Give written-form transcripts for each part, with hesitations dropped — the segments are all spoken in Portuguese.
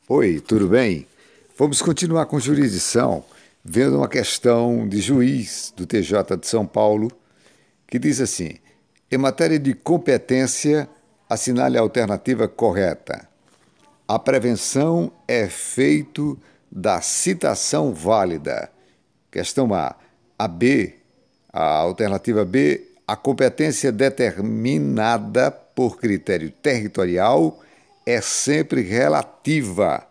Oi, tudo bem? Vamos continuar com jurisdição, vendo uma questão de juiz do TJ de São Paulo, que diz assim: em matéria de competência, assinale a alternativa correta. A prevenção é feito da citação válida. Questão A. A B, a alternativa B, a competência determinada por critério territorial é sempre relativa.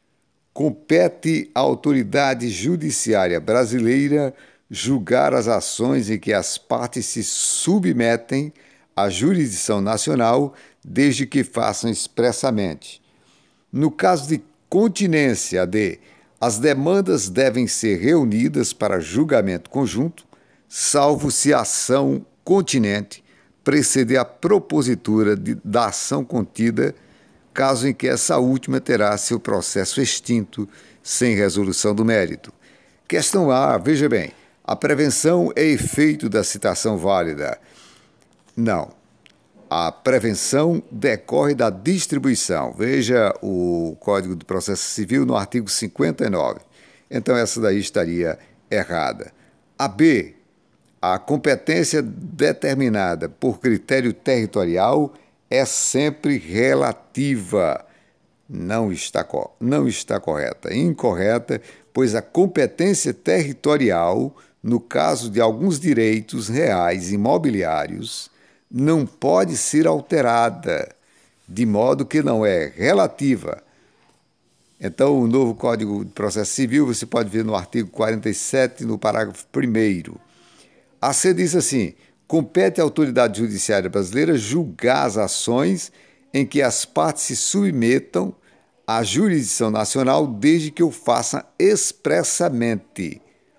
Compete à autoridade judiciária brasileira julgar as ações em que as partes se submetem à jurisdição nacional, desde que façam expressamente. No caso de continência D, as demandas devem ser reunidas para julgamento conjunto, salvo se a ação continente preceder a propositura da ação contida, caso em que essa última terá seu processo extinto sem resolução do mérito. Questão A, veja bem, a prevenção é efeito da citação válida. Não. A prevenção decorre da distribuição. Veja o Código do Processo Civil no artigo 59. Então, essa daí estaria errada. A B, a competência determinada por critério territorial é sempre relativa. Não está correta. Incorreta, pois a competência territorial, no caso de alguns direitos reais imobiliários, não pode ser alterada, de modo que não é relativa. Então, o novo Código de Processo Civil, você pode ver no artigo 47, no parágrafo 1º. A C diz assim: compete à autoridade judiciária brasileira julgar as ações em que as partes se submetam à jurisdição nacional, desde que o façam expressamente.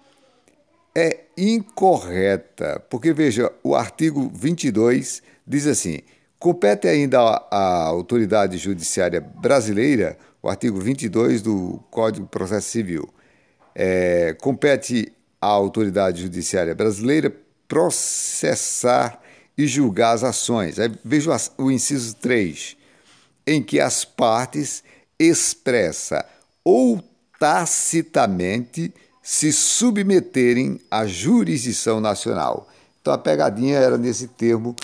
É incorreta, porque, veja, o artigo 22 diz assim: compete ainda à autoridade judiciária brasileira, o artigo 22 do Código de Processo Civil, compete à autoridade judiciária brasileira processar e julgar as ações. Aí, veja o inciso 3, em que as partes expressa ou tacitamente se submeterem à jurisdição nacional. Então, a pegadinha era nesse termo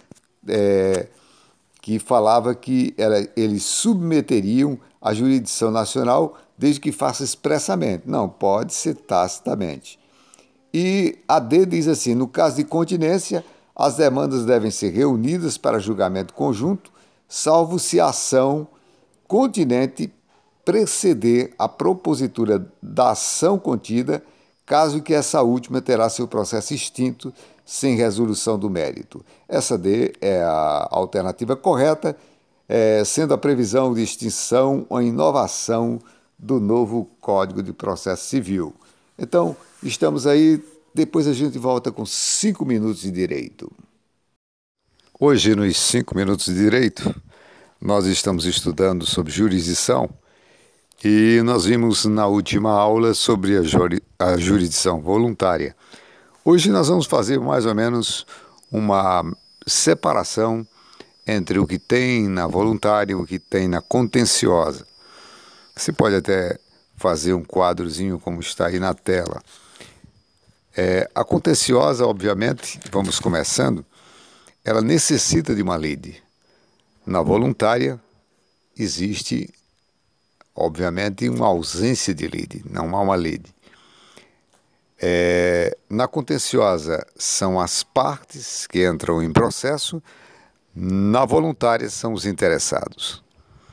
que falava que eles submeteriam à jurisdição nacional desde que faça expressamente. Não, pode ser tacitamente. E a D diz assim: no caso de continência, as demandas devem ser reunidas para julgamento conjunto, salvo se a ação continente preceder a propositura da ação contida, caso que essa última terá seu processo extinto sem resolução do mérito. Essa D é a alternativa correta, sendo a previsão de extinção ou inovação do novo Código de Processo Civil. Então, estamos aí, depois a gente volta com 5 minutos de direito. Hoje, nos 5 minutos de direito, nós estamos estudando sobre jurisdição e nós vimos na última aula sobre a jurisdição voluntária. Hoje nós vamos fazer mais ou menos uma separação entre o que tem na voluntária e o que tem na contenciosa. Você pode até fazer um quadrozinho como está aí na tela. A contenciosa, obviamente, vamos começando, ela necessita de uma lide. Na voluntária existe, obviamente, uma ausência de lide, não há uma lide. Na contenciosa são as partes que entram em processo, na voluntária são os interessados.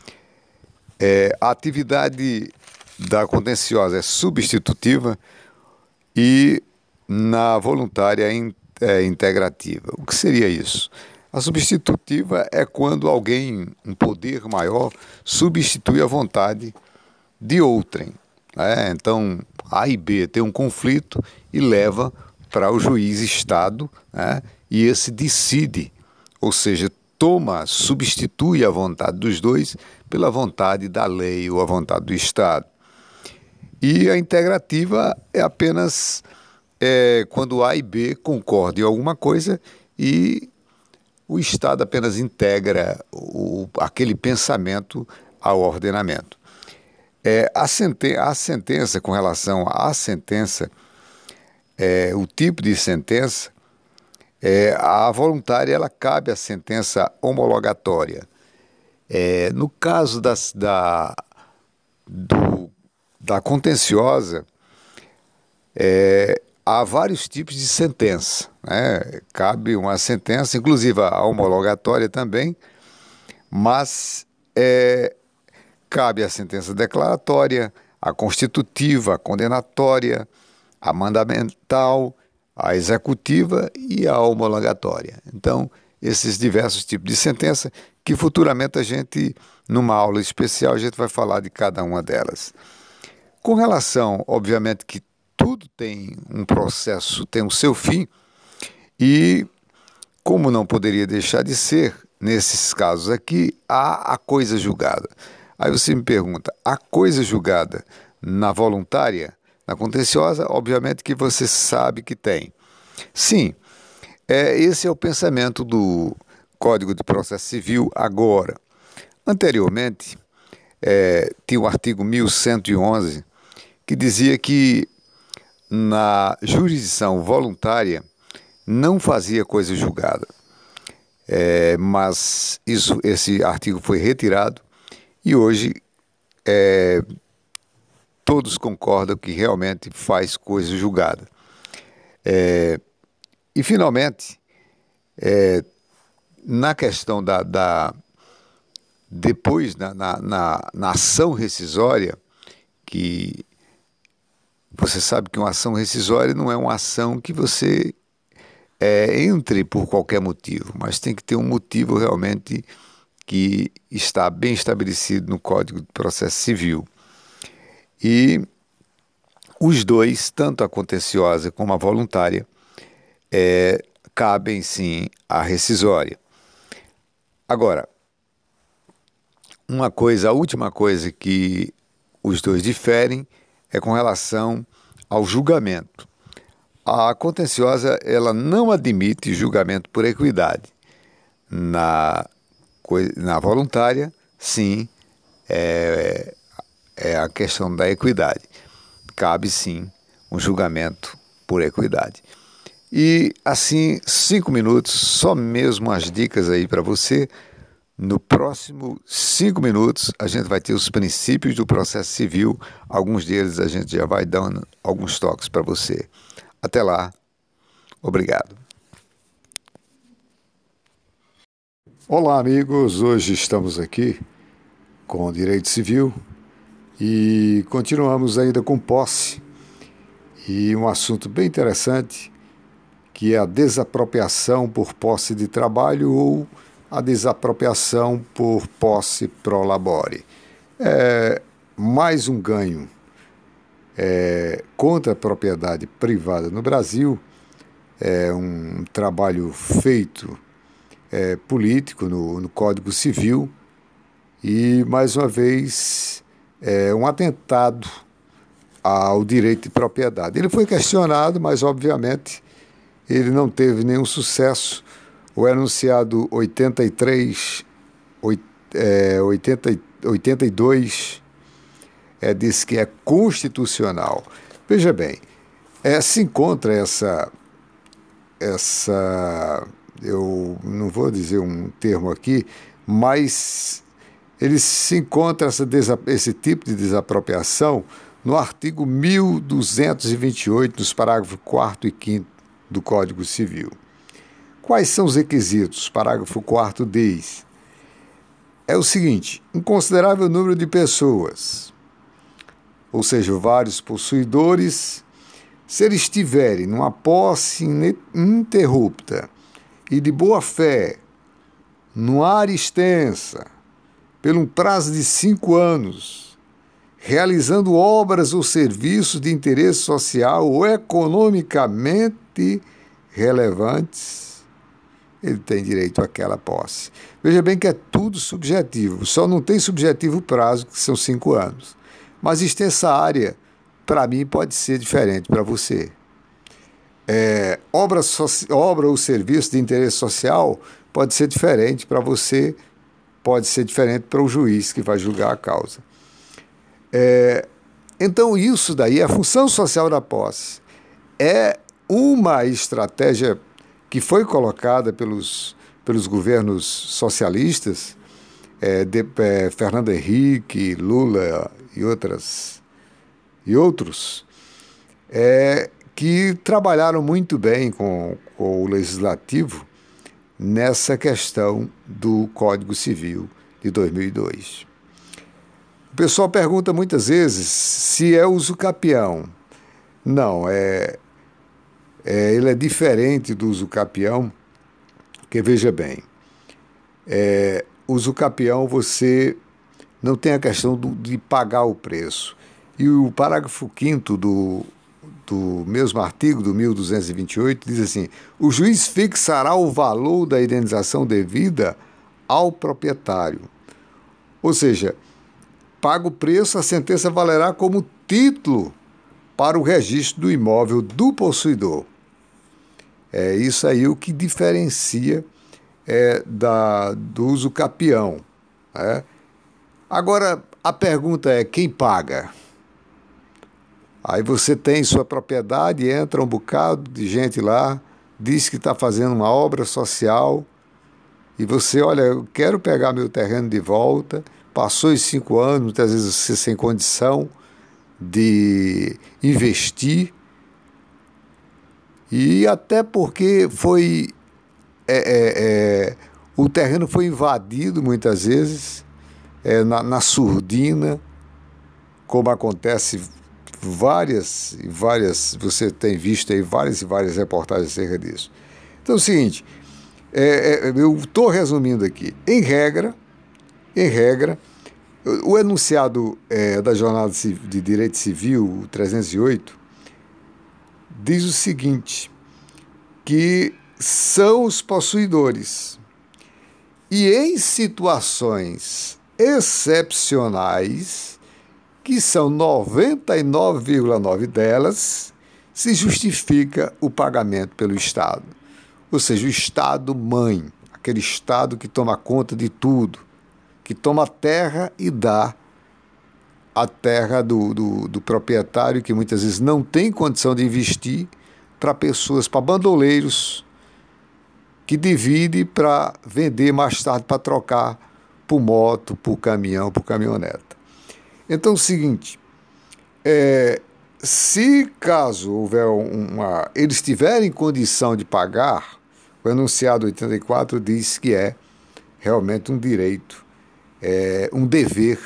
A atividade da contenciosa é substitutiva e na voluntária é integrativa. O que seria isso? A substitutiva é quando alguém, um poder maior, substitui a vontade de outrem. Então, A e B tem um conflito e leva para o juiz Estado, e esse decide, ou seja, substitui a vontade dos dois pela vontade da lei ou a vontade do Estado. E a integrativa é apenas quando A e B concordam em alguma coisa e o Estado apenas integra aquele pensamento ao ordenamento. A sentença, com relação à sentença, o tipo de sentença, a voluntária ela cabe à sentença homologatória. No caso da contenciosa, há vários tipos de sentença, né? Cabe uma sentença, inclusive a homologatória também, mas cabe a sentença declaratória, a constitutiva, a condenatória, a mandamental, a executiva e a homologatória. Então, esses diversos tipos de sentença que futuramente a gente, numa aula especial, a gente vai falar de cada uma delas. Com relação, obviamente, que tudo tem um processo, tem o seu fim, e como não poderia deixar de ser, nesses casos aqui, há a coisa julgada. Aí você me pergunta, a coisa julgada na voluntária, na contenciosa, obviamente que você sabe que tem. Sim, esse é o pensamento do Código de Processo Civil agora. Anteriormente, tinha o artigo 1111, que dizia que na jurisdição voluntária não fazia coisa julgada. Mas esse artigo foi retirado e hoje todos concordam que realmente faz coisa julgada. E finalmente, na questão depois, na ação rescisória, que você sabe que uma ação rescisória não é uma ação que você entre por qualquer motivo, mas tem que ter um motivo realmente que está bem estabelecido no Código de Processo Civil. E os dois, tanto a contenciosa como a voluntária, cabem sim à rescisória. Agora, a última coisa que os dois diferem é com relação ao julgamento. A contenciosa, ela não admite julgamento por equidade. Na voluntária, sim, é a questão da equidade. Cabe, sim, um julgamento por equidade. E, assim, 5 minutos, só mesmo as dicas aí para você. No próximo 5 minutos, a gente vai ter os princípios do processo civil. Alguns deles a gente já vai dando alguns toques para você. Até lá. Obrigado. Olá, amigos. Hoje estamos aqui com o Direito Civil e continuamos ainda com posse e um assunto bem interessante que é a desapropriação por posse de trabalho ou a desapropriação por posse pro labore. Mais um ganho contra a propriedade privada no Brasil, um trabalho feito político no Código Civil e, mais uma vez, um atentado ao direito de propriedade. Ele foi questionado, mas, obviamente, ele não teve nenhum sucesso. O enunciado 82 diz que é constitucional. Veja bem, se encontra eu não vou dizer um termo aqui, mas ele se encontra esse tipo de desapropriação no artigo 1228, nos parágrafos 4º e 5º do Código Civil. Quais são os requisitos? Parágrafo 4º diz: é o seguinte, um considerável número de pessoas, ou seja, vários possuidores, se eles estiverem numa posse ininterrupta e de boa fé, numa área extensa, por um prazo de 5 anos, realizando obras ou serviços de interesse social ou economicamente relevantes, ele tem direito àquela posse. Veja bem que é tudo subjetivo, só não tem subjetivo prazo, que são 5 anos. Mas extensa área, para mim, pode ser diferente para você. Obra ou serviço de interesse social pode ser diferente para você, pode ser diferente para o juiz que vai julgar a causa. Então, isso daí, a função social da posse, é uma estratégia que foi colocada pelos governos socialistas, Fernando Henrique, Lula e outros, que trabalharam muito bem com o Legislativo nessa questão do Código Civil de 2002. O pessoal pergunta muitas vezes se é uso capião. Não, ele é diferente do uso capião, porque veja bem, uso capião você não tem a questão de pagar o preço. E o parágrafo 5º do mesmo artigo, do 1228, diz assim: o juiz fixará o valor da indenização devida ao proprietário. Ou seja, paga o preço, a sentença valerá como título para o registro do imóvel do possuidor. É isso aí o que diferencia do uso capião. Agora, a pergunta é: quem paga? Aí você tem sua propriedade, entra um bocado de gente lá, diz que está fazendo uma obra social, e você, olha, eu quero pegar meu terreno de volta, passou os 5 anos, muitas vezes você sem condição de investir, e até porque o terreno foi invadido muitas vezes, na surdina, como acontece várias, você tem visto aí várias e várias reportagens acerca disso. Então é o seguinte, eu estou resumindo aqui. Em regra, o enunciado da Jornada de Direito Civil, o 308, diz o seguinte, que são os possuidores. E em situações excepcionais, que são 99,9% delas, se justifica o pagamento pelo Estado. Ou seja, o Estado mãe, aquele Estado que toma conta de tudo, que toma a terra e dá a terra do proprietário, que muitas vezes não tem condição de investir, para pessoas, para bandoleiros, que divide para vender mais tarde, para trocar por moto, por caminhão, por caminhoneta. Então é o seguinte, se caso houver eles tiverem condição de pagar, o enunciado 84 diz que é realmente um direito, um dever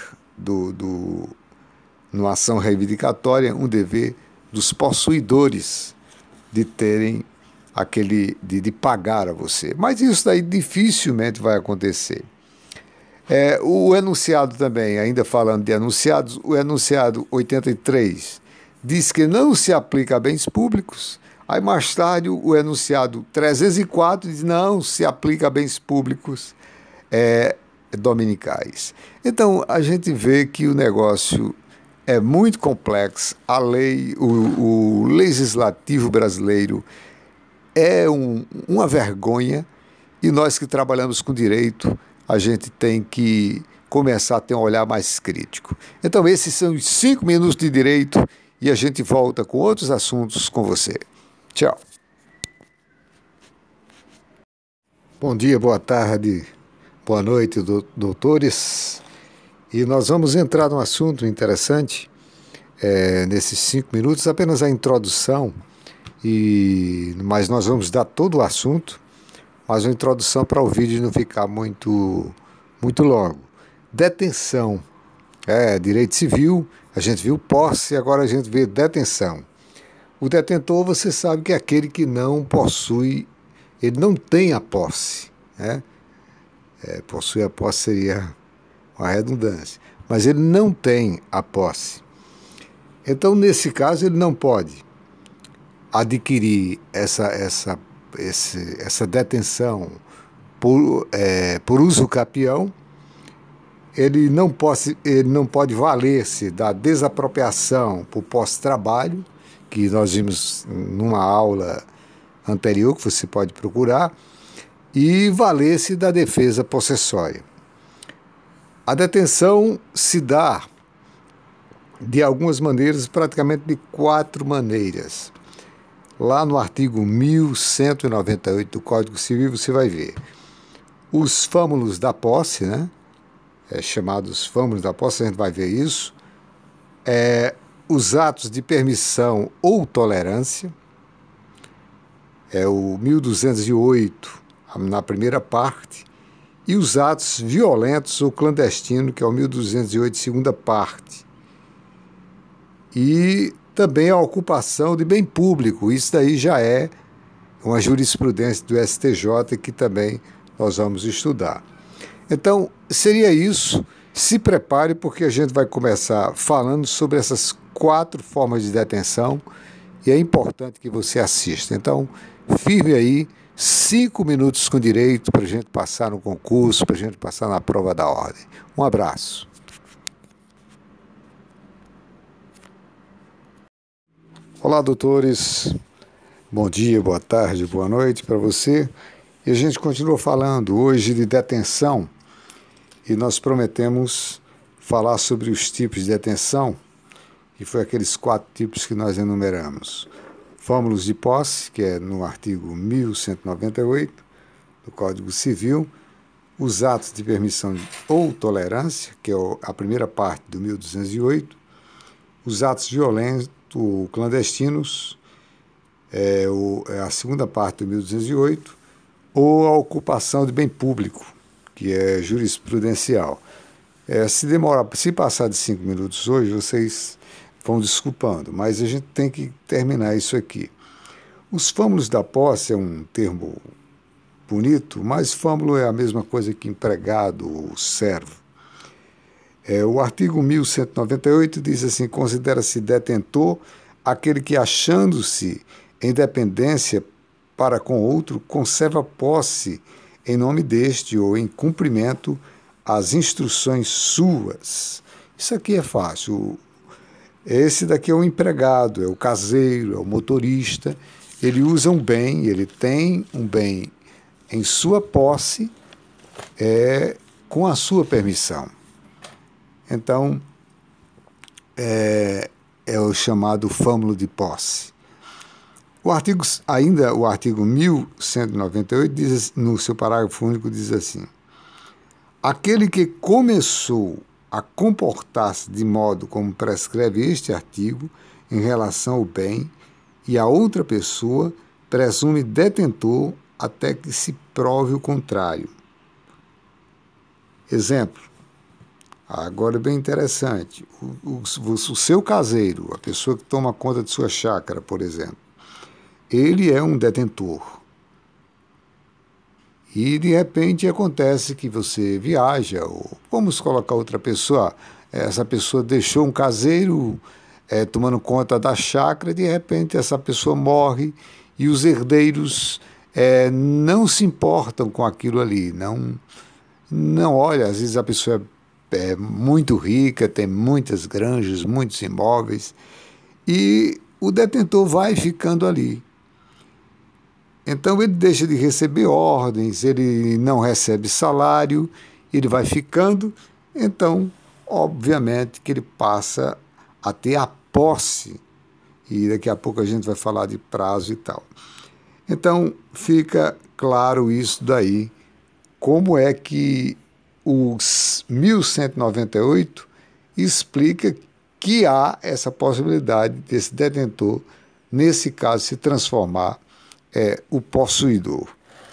numa ação reivindicatória, um dever dos possuidores de terem de pagar a você. Mas isso daí dificilmente vai acontecer. O enunciado também, ainda falando de enunciados, o enunciado 83 diz que não se aplica a bens públicos. Aí mais tarde o enunciado 304 diz não se aplica a bens públicos dominicais. Então a gente vê que o negócio é muito complexo. A lei, o legislativo brasileiro é uma vergonha, e nós que trabalhamos com direito, a gente tem que começar a ter um olhar mais crítico. Então esses são os 5 minutos de direito, e a gente volta com outros assuntos com você. Tchau. Bom dia, boa tarde, boa noite, doutores. E nós vamos entrar num assunto interessante, nesses 5 minutos, apenas a introdução, mas nós vamos dar todo o assunto, mas uma introdução para o vídeo não ficar muito longo. Detenção, direito civil, a gente viu posse, agora a gente vê detenção. O detentor, você sabe que é aquele que não possui, ele não tem a posse, né? Possuir a posse seria uma redundância, mas ele não tem a posse. Então, nesse caso, ele não pode adquirir essa detenção por uso capião. Ele não pode valer-se da desapropriação por posse-trabalho, que nós vimos numa aula anterior, que você pode procurar, e valer-se da defesa possessória. A detenção se dá de algumas maneiras, praticamente de 4 maneiras. Lá no artigo 1198 do Código Civil você vai ver os fâmulos da posse, né? Chamados fâmulos da posse, a gente vai ver isso. Os atos de permissão ou tolerância, o 1208 na primeira parte, e os atos violentos ou clandestinos, que é o 1208, segunda parte. E também a ocupação de bem público, isso daí já é uma jurisprudência do STJ que também nós vamos estudar. Então, seria isso. Se prepare, porque a gente vai começar falando sobre essas 4 formas de detenção e é importante que você assista. Então, firme aí, 5 minutos com direito para a gente passar no concurso, para a gente passar na prova da ordem. Um abraço. Olá, doutores. Bom dia, boa tarde, boa noite para você. E a gente continua falando hoje de detenção e nós prometemos falar sobre os tipos de detenção, que foi aqueles 4 tipos que nós enumeramos. Fâmulos de posse, que é no artigo 1198 do Código Civil, os atos de permissão ou tolerância, que é a primeira parte do 1208, os atos violentos clandestinos, a segunda parte do 1208, ou a ocupação de bem público, que é jurisprudencial. Se passar de 5 minutos hoje, vocês vão desculpando, mas a gente tem que terminar isso aqui. Os fâmulos da posse é um termo bonito, mas fâmulo é a mesma coisa que empregado ou servo. O artigo 1198 diz assim: considera-se detentor aquele que, achando-se em dependência para com outro, conserva posse em nome deste ou em cumprimento às instruções suas. Isso aqui é fácil. Esse daqui é o empregado, é o caseiro, é o motorista. Ele usa um bem, ele tem um bem em sua posse, com a sua permissão. Então, é o chamado fâmulo de posse. O artigo 1198, diz, no seu parágrafo único, diz assim: aquele que começou a comportar-se de modo como prescreve este artigo em relação ao bem e a outra pessoa, presume detentor até que se prove o contrário. Exemplo. Agora é bem interessante, o seu caseiro, a pessoa que toma conta de sua chácara, por exemplo, ele é um detentor. E de repente acontece que você viaja, ou vamos colocar outra pessoa, essa pessoa deixou um caseiro tomando conta da chácara, de repente essa pessoa morre e os herdeiros não se importam com aquilo ali, não olha, às vezes a pessoa é muito rica, tem muitas granjas, muitos imóveis, e o detentor vai ficando ali. Então ele deixa de receber ordens, ele não recebe salário, ele vai ficando, então, obviamente, que ele passa a ter a posse, e daqui a pouco a gente vai falar de prazo e tal. Então, fica claro isso daí, como é que o 1198 explica que há essa possibilidade desse detentor, nesse caso, se transformar o possuidor.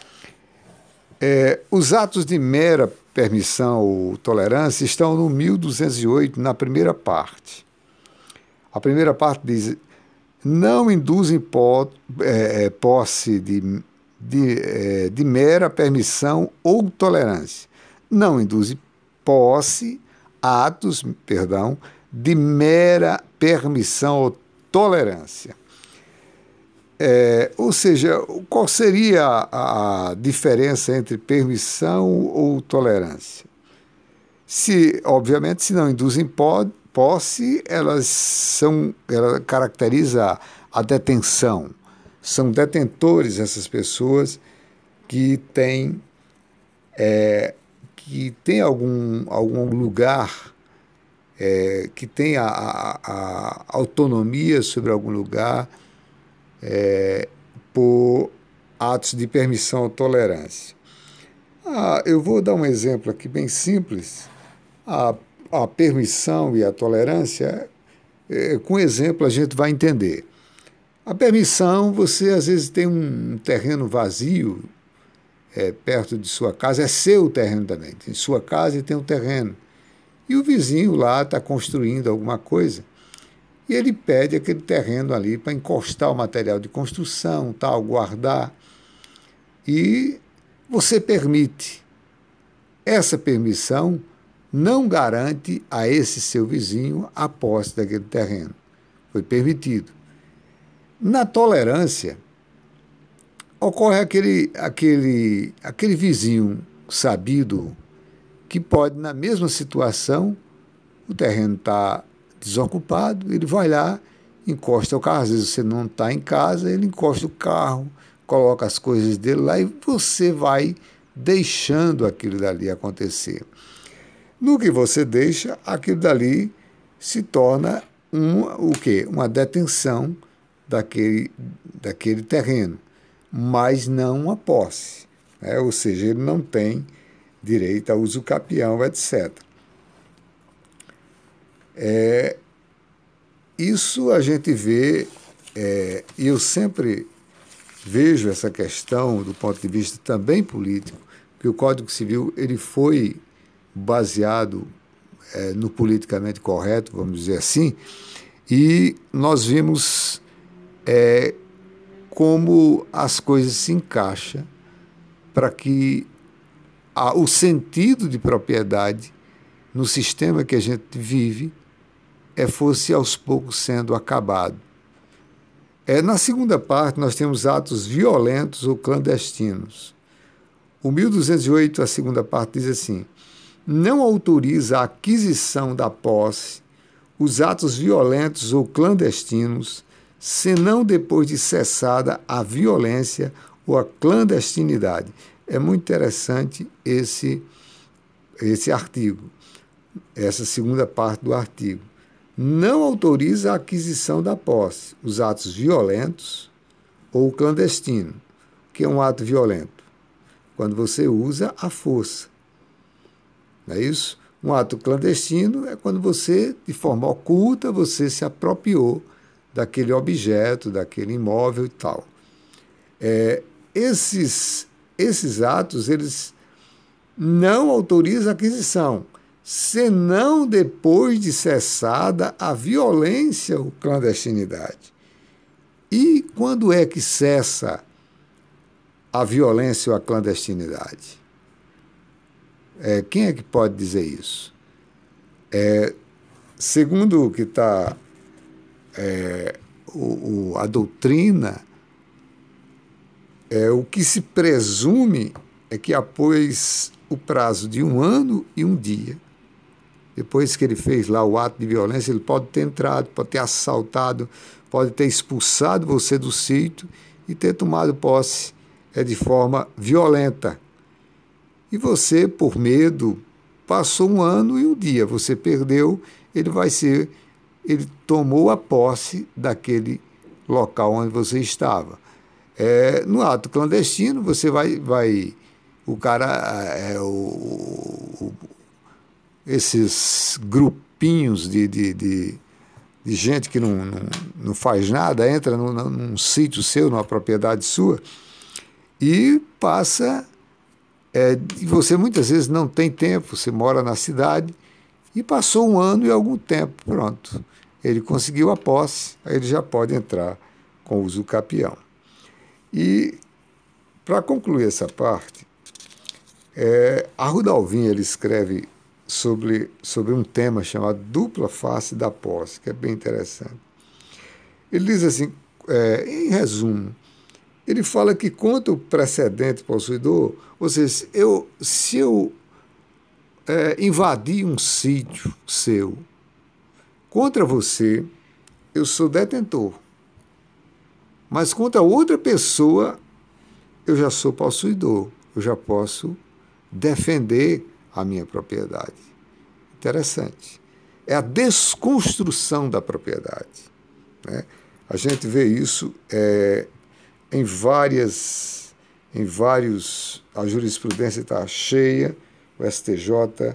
Os atos de mera permissão ou tolerância estão no 1208, na primeira parte. A primeira parte diz: não induzem posse de mera permissão ou tolerância. Não induzem atos de mera permissão ou tolerância. Ou seja, qual seria a diferença entre permissão ou tolerância? Obviamente, se não induzem posse, ela caracteriza a detenção. São detentores essas pessoas que têm algum lugar que tem a autonomia sobre algum lugar por atos de permissão ou tolerância. Eu vou dar um exemplo aqui bem simples. A permissão e a tolerância, com exemplo a gente vai entender. A permissão, você às vezes tem um terreno vazio perto de sua casa, é seu terreno também, tem sua casa e tem um terreno. E o vizinho lá está construindo alguma coisa e ele pede aquele terreno ali para encostar o material de construção, tal, guardar. E você permite. Essa permissão não garante a esse seu vizinho a posse daquele terreno. Foi permitido. Na tolerância, ocorre aquele vizinho sabido que pode, na mesma situação, o terreno está desocupado, ele vai lá, encosta o carro, às vezes você não está em casa, ele encosta o carro, coloca as coisas dele lá e você vai deixando aquilo dali acontecer. No que você deixa, aquilo dali se torna o quê? Uma detenção daquele terreno, mas não uma posse, né? Ou seja, ele não tem direito a uso capião, etc. Isso a gente vê, e eu sempre vejo essa questão do ponto de vista também político, que o Código Civil ele foi baseado no politicamente correto, vamos dizer assim, e nós vimos como as coisas se encaixam para que o sentido de propriedade no sistema que a gente vive fosse aos poucos sendo acabado. Na segunda parte, nós temos atos violentos ou clandestinos. O 1208, a segunda parte, diz assim: não autoriza a aquisição da posse, os atos violentos ou clandestinos, senão depois de cessada a violência ou a clandestinidade. É muito interessante esse artigo, essa segunda parte do artigo. Não autoriza a aquisição da posse, os atos violentos ou clandestino. O que é um ato violento? Quando você usa a força. Não é isso? Um ato clandestino é quando você, de forma oculta, você se apropriou daquele objeto, daquele imóvel e tal. Esses atos, eles não autorizam a aquisição, senão depois de cessada a violência ou clandestinidade. E quando é que cessa a violência ou a clandestinidade? Quem é que pode dizer isso? Segundo o que está a doutrina, o que se presume é que após o prazo de 1 ano e 1 dia, depois que ele fez lá o ato de violência, ele pode ter entrado, pode ter assaltado, pode ter expulsado você do sítio e ter tomado posse de forma violenta. E você, por medo, passou 1 ano e 1 dia, você perdeu, ele tomou a posse daquele local onde você estava. No ato clandestino, você o cara, esses grupinhos de gente que não faz nada, entra num sítio seu, numa propriedade sua, e passa, e você muitas vezes não tem tempo, você mora na cidade, e passou 1 ano e algum tempo, pronto, ele conseguiu a posse, aí ele já pode entrar com uso capião. E, para concluir essa parte, Arruda Alvim ele escreve sobre um tema chamado dupla face da posse, que é bem interessante. Ele diz assim, em resumo, ele fala que contra o precedente possuidor, ou seja, se eu invadir um sítio seu, contra você, eu sou detentor. Mas contra outra pessoa, eu já sou possuidor, eu já posso defender a minha propriedade. Interessante. é a desconstrução da propriedade, né? A gente vê isso em vários... A jurisprudência está cheia, o STJ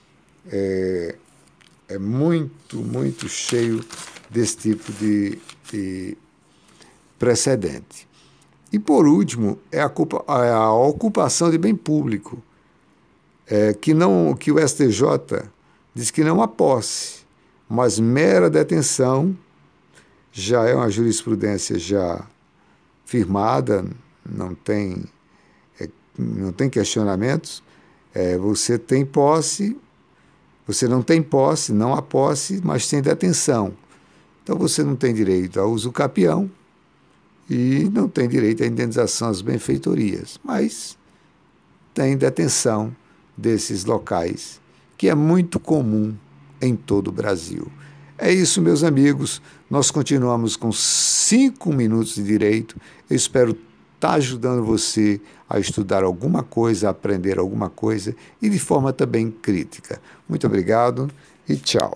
é muito, muito cheio desse tipo de precedente. E, por último, é a ocupação de bem público, que o STJ diz que não há posse, mas mera detenção, já é uma jurisprudência já firmada, não tem questionamentos. Você tem posse, você não tem posse, não há posse, mas tem detenção. Então você não tem direito ao uso capião e não tem direito à indenização às benfeitorias, mas tem detenção desses locais, que é muito comum em todo o Brasil. É isso, meus amigos. Nós continuamos com 5 minutos de direito. Eu espero estar ajudando você a estudar alguma coisa, a aprender alguma coisa e de forma também crítica. Muito obrigado e tchau.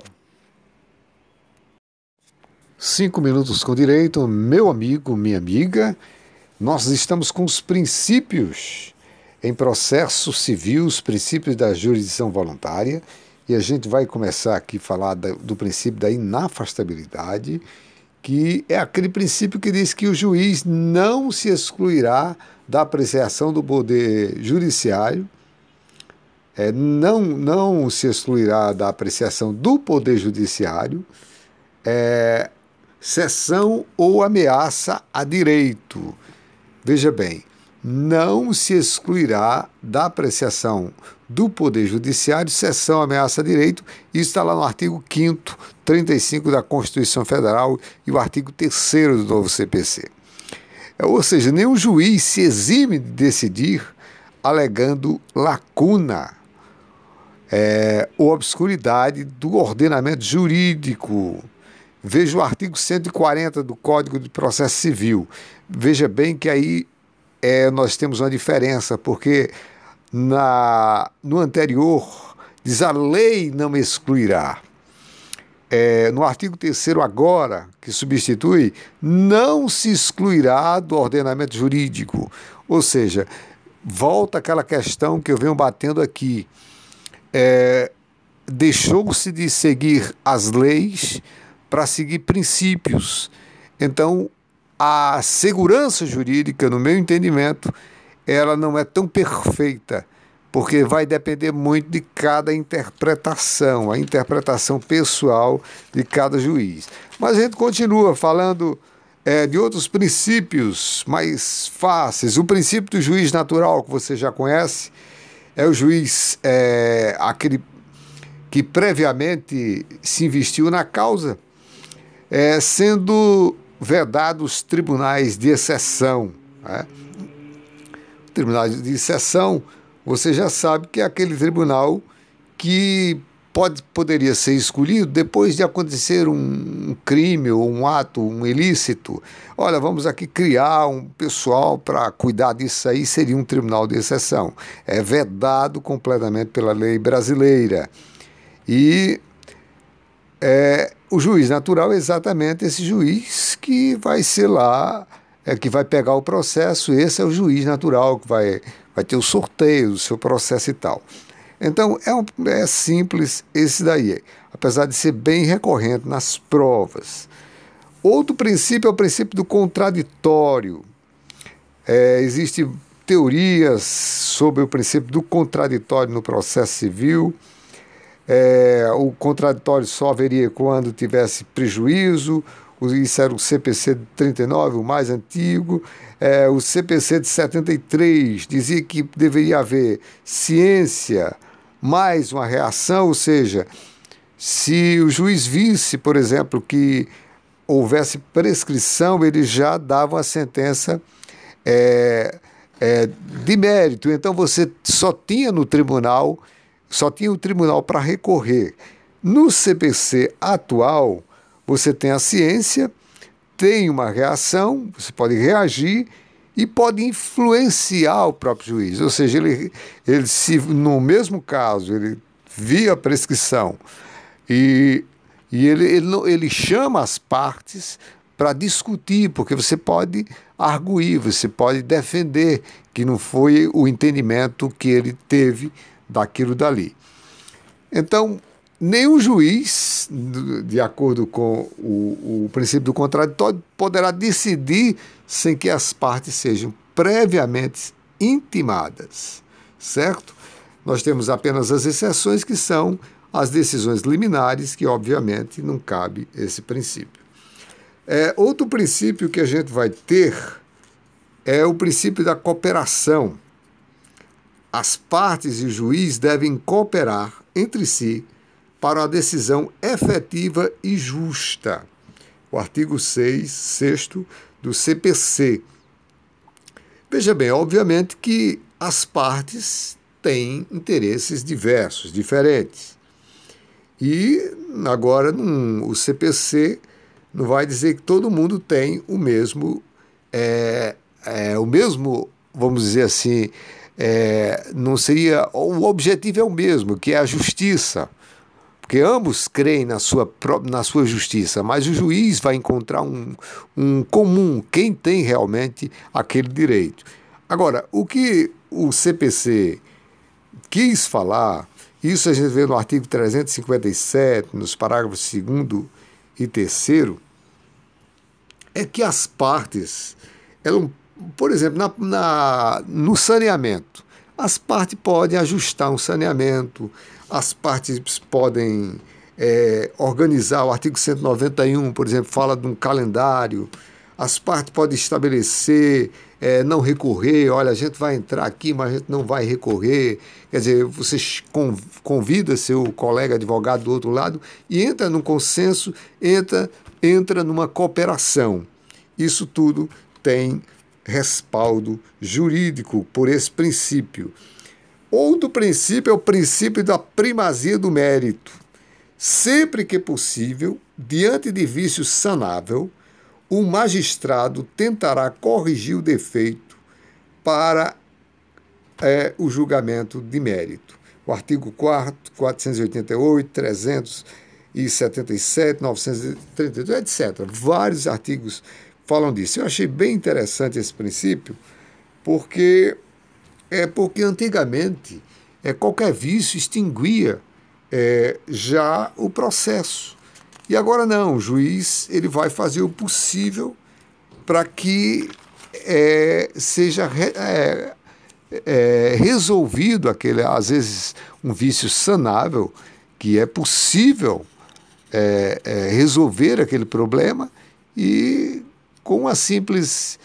5 minutos com direito, meu amigo, minha amiga. Nós estamos com os princípios em processo civil, os princípios da jurisdição voluntária, e a gente vai começar aqui a falar do princípio da inafastabilidade, que é aquele princípio que diz que o juiz não se excluirá da apreciação do poder judiciário, não se excluirá da apreciação do poder judiciário, cessão ou ameaça a direito. Veja bem, não se excluirá da apreciação do Poder Judiciário, cessão, ameaça a direito. Isso está lá no artigo 5º, 35 da Constituição Federal e o artigo 3º do novo CPC. Ou seja, nenhum juiz se exime de decidir alegando lacuna ou obscuridade do ordenamento jurídico. Veja o artigo 140 do Código de Processo Civil. Veja bem que aí nós temos uma diferença, porque no anterior diz a lei não excluirá. No artigo 3º agora, que substitui, não se excluirá do ordenamento jurídico. Ou seja, volta aquela questão que eu venho batendo aqui. Deixou-se de seguir as leis para seguir princípios. Então, a segurança jurídica, no meu entendimento, ela não é tão perfeita, porque vai depender muito de cada interpretação, a interpretação pessoal de cada juiz. Mas a gente continua falando de outros princípios mais fáceis. O princípio do juiz natural, que você já conhece, é o juiz, aquele que previamente se investiu na causa, sendo vedados os tribunais de exceção, né? Tribunais de exceção, você já sabe que é aquele tribunal que poderia ser escolhido depois de acontecer um crime ou um ato, um ilícito. Olha, vamos aqui criar um pessoal para cuidar disso aí, seria um tribunal de exceção. É vedado completamente pela lei brasileira. E o juiz natural é exatamente esse juiz que vai ser lá, que vai pegar o processo. Esse é o juiz natural que vai ter o sorteio do seu processo e tal. Então, é simples esse daí, apesar de ser bem recorrente nas provas. Outro princípio é o princípio do contraditório. Existem teorias sobre o princípio do contraditório no processo civil. O contraditório só haveria quando tivesse prejuízo. Isso era o CPC de 39, o mais antigo. O CPC de 73 dizia que deveria haver ciência mais uma reação, ou seja, se o juiz visse, por exemplo, que houvesse prescrição, ele já dava uma sentença de mérito. Então você só tinha o tribunal para recorrer. No CPC atual, você tem a ciência, tem uma reação, você pode reagir e pode influenciar o próprio juiz. Ou seja, ele se no mesmo caso, ele via a prescrição E ele chama as partes para discutir, porque você pode arguir, você pode defender que não foi o entendimento que ele teve daquilo dali. Então, nenhum juiz, de acordo com o princípio do contraditório, poderá decidir sem que as partes sejam previamente intimadas, certo? Nós temos apenas as exceções, que são as decisões liminares, que obviamente não cabe esse princípio. Outro princípio que a gente vai ter é o princípio da cooperação. As partes e o juiz devem cooperar entre si para uma decisão efetiva e justa. O artigo 6º do CPC. Veja bem, obviamente que as partes têm interesses diversos, diferentes. E agora o CPC não vai dizer que todo mundo tem o mesmo, vamos dizer assim, não seria, o objetivo é o mesmo, que é a justiça, porque ambos creem na sua justiça, mas o juiz vai encontrar um comum, quem tem realmente aquele direito. Agora, o que o CPC quis falar, isso a gente vê no artigo 357, nos parágrafos 2º e 3º, é que as partes, por exemplo, no saneamento, as partes podem ajustar um saneamento, as partes podem organizar, o artigo 191, por exemplo, fala de um calendário, as partes podem estabelecer, não recorrer, olha, a gente vai entrar aqui, mas a gente não vai recorrer, quer dizer, você convida seu colega advogado do outro lado e entra num consenso, entra numa cooperação. Isso tudo tem respaldo jurídico por esse princípio. Outro princípio é o princípio da primazia do mérito. Sempre que possível, diante de vício sanável, o magistrado tentará corrigir o defeito para o julgamento de mérito. O artigo 4º, 488, 377, 932, etc. Vários artigos falam disso. Eu achei bem interessante esse princípio, porque antigamente qualquer vício extinguia já o processo. E agora não, o juiz ele vai fazer o possível para que seja resolvido às vezes, um vício sanável, que é possível resolver aquele problema e com uma simples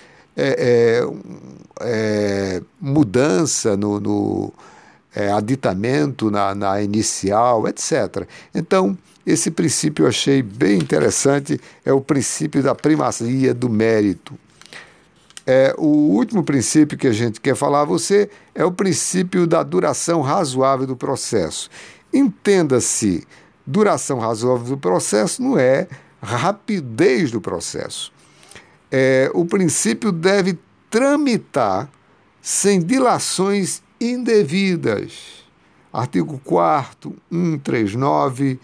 mudança no aditamento na inicial, etc. Então, esse princípio eu achei bem interessante, é o princípio da primazia do mérito. O último princípio que a gente quer falar a você é o princípio da duração razoável do processo. Entenda-se, duração razoável do processo não é rapidez do processo. O princípio deve tramitar sem dilações indevidas. Artigo 4º, 139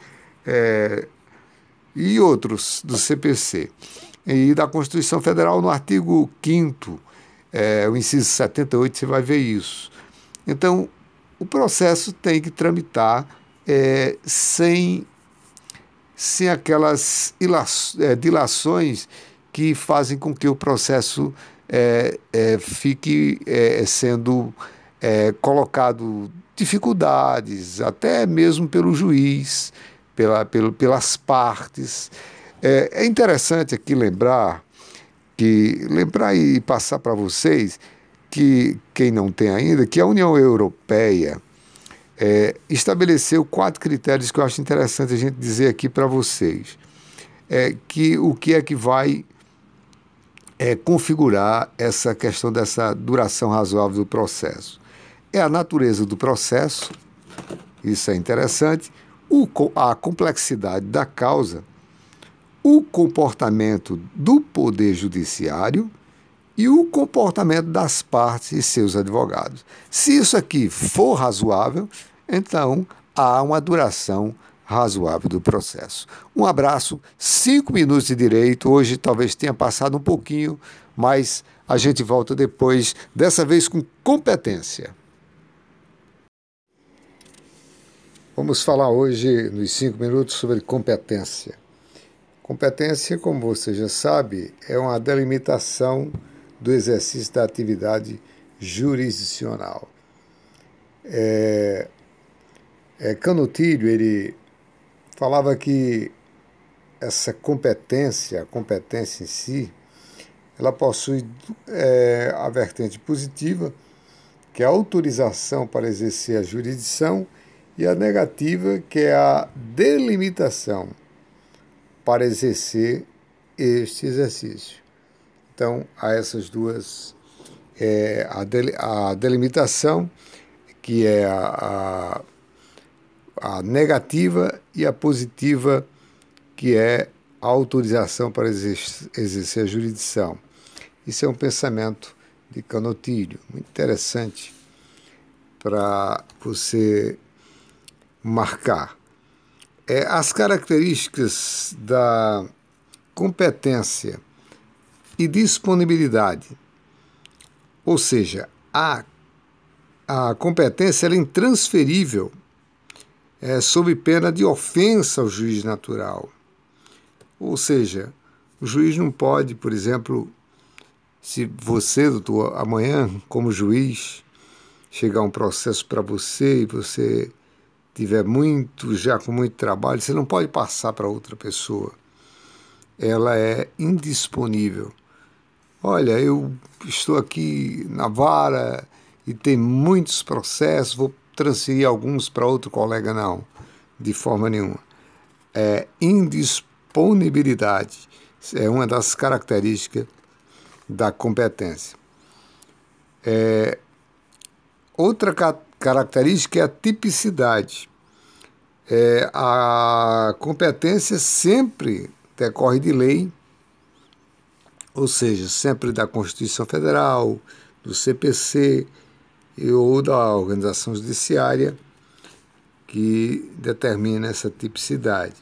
e outros do CPC. E da Constituição Federal, no artigo 5º, o inciso 78, você vai ver isso. Então, o processo tem que tramitar sem aquelas dilações que fazem com que o processo fique sendo colocado dificuldades, até mesmo pelo juiz, pelas partes. É interessante aqui lembrar e passar para vocês, que quem não tem ainda, que a União Europeia estabeleceu 4 critérios que eu acho interessante a gente dizer aqui para vocês. O que é que vai configurar essa questão dessa duração razoável do processo? É a natureza do processo, isso é interessante, a complexidade da causa, o comportamento do Poder Judiciário e o comportamento das partes e seus advogados. Se isso aqui for razoável, então há uma duração razoável do processo. Um abraço, 5 minutos de direito. Hoje talvez tenha passado um pouquinho, mas a gente volta depois, dessa vez com competência. Vamos falar hoje, nos 5 minutos, sobre competência. Competência, como você já sabe, é uma delimitação do exercício da atividade jurisdicional. Canutilho, ele falava que essa competência, a competência em si, ela possui a vertente positiva, que é a autorização para exercer a jurisdição, e a negativa, que é a delimitação para exercer este exercício. Então, há essas duas, a delimitação, que é a negativa, e a positiva, que é a autorização para exercer a jurisdição. Isso é um pensamento de Canutilho, muito interessante para você marcar. As características da competência e disponibilidade, ou seja, a competência ela é intransferível, sob pena de ofensa ao juiz natural. Ou seja, o juiz não pode, por exemplo, se você, doutor, amanhã, como juiz, chegar um processo para você e você tiver já com muito trabalho, você não pode passar para outra pessoa. Ela é indisponível. Olha, eu estou aqui na vara e tem muitos processos, vou transferir alguns para outro colega. Não, de forma nenhuma. Indisponibilidade é uma das características da competência. Outra característica é a tipicidade. A competência sempre decorre de lei, ou seja, sempre da Constituição Federal, do CPC ou da organização judiciária, que determina essa tipicidade.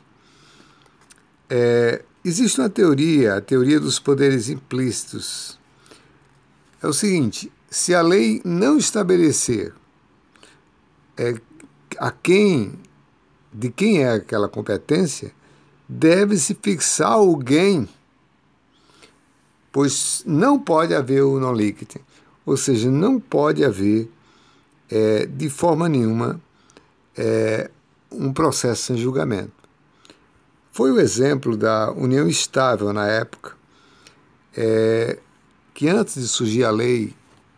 Existe uma teoria, a teoria dos poderes implícitos. É o seguinte: se a lei não estabelecer de quem é aquela competência, deve-se fixar alguém, pois não pode haver o non liquidem, ou seja, não pode haver, de forma nenhuma, um processo sem julgamento. Foi o exemplo da união estável na época, que antes de surgir a lei,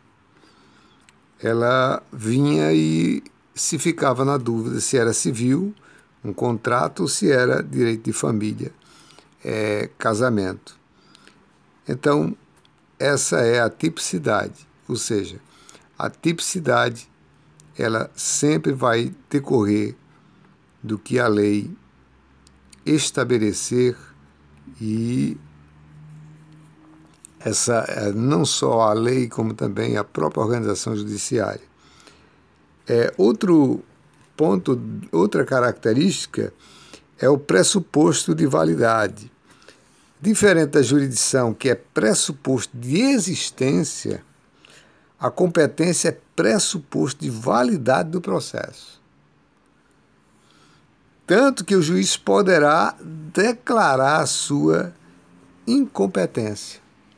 ela vinha e se ficava na dúvida se era civil, um contrato, ou se era direito de família, casamento. Então, essa é a tipicidade, ou seja, a tipicidade ela sempre vai decorrer do que a lei estabelecer, e não só a lei, como também a própria organização judiciária. Outro ponto, outra característica é o pressuposto de validade. Diferente da jurisdição, que é pressuposto de existência, a competência é pressuposto de validade do processo. Tanto que o juiz poderá declarar a sua incompetência.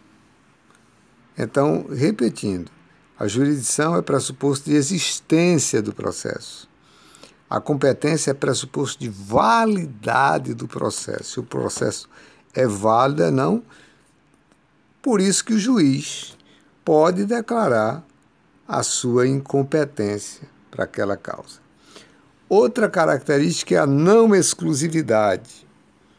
Então, repetindo, a jurisdição é pressuposto de existência do processo. A competência é pressuposto de validade do processo. Se o processo é válido, não. Por isso que o juiz pode declarar a sua incompetência para aquela causa. Outra característica é a não exclusividade.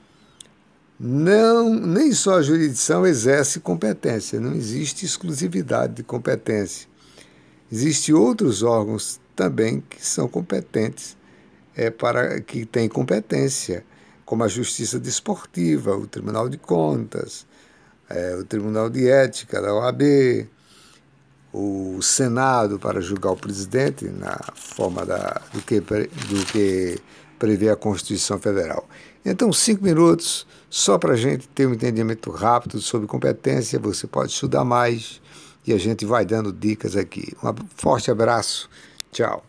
Nem só a jurisdição exerce competência, não existe exclusividade de competência. Existem outros órgãos também que são competentes, que têm competência, como a Justiça Desportiva, o Tribunal de Contas, o Tribunal de Ética da OAB, o Senado para julgar o presidente na forma do que prevê a Constituição Federal. Então, 5 minutos, só para a gente ter um entendimento rápido sobre competência. Você pode estudar mais e a gente vai dando dicas aqui. Um forte abraço. Tchau.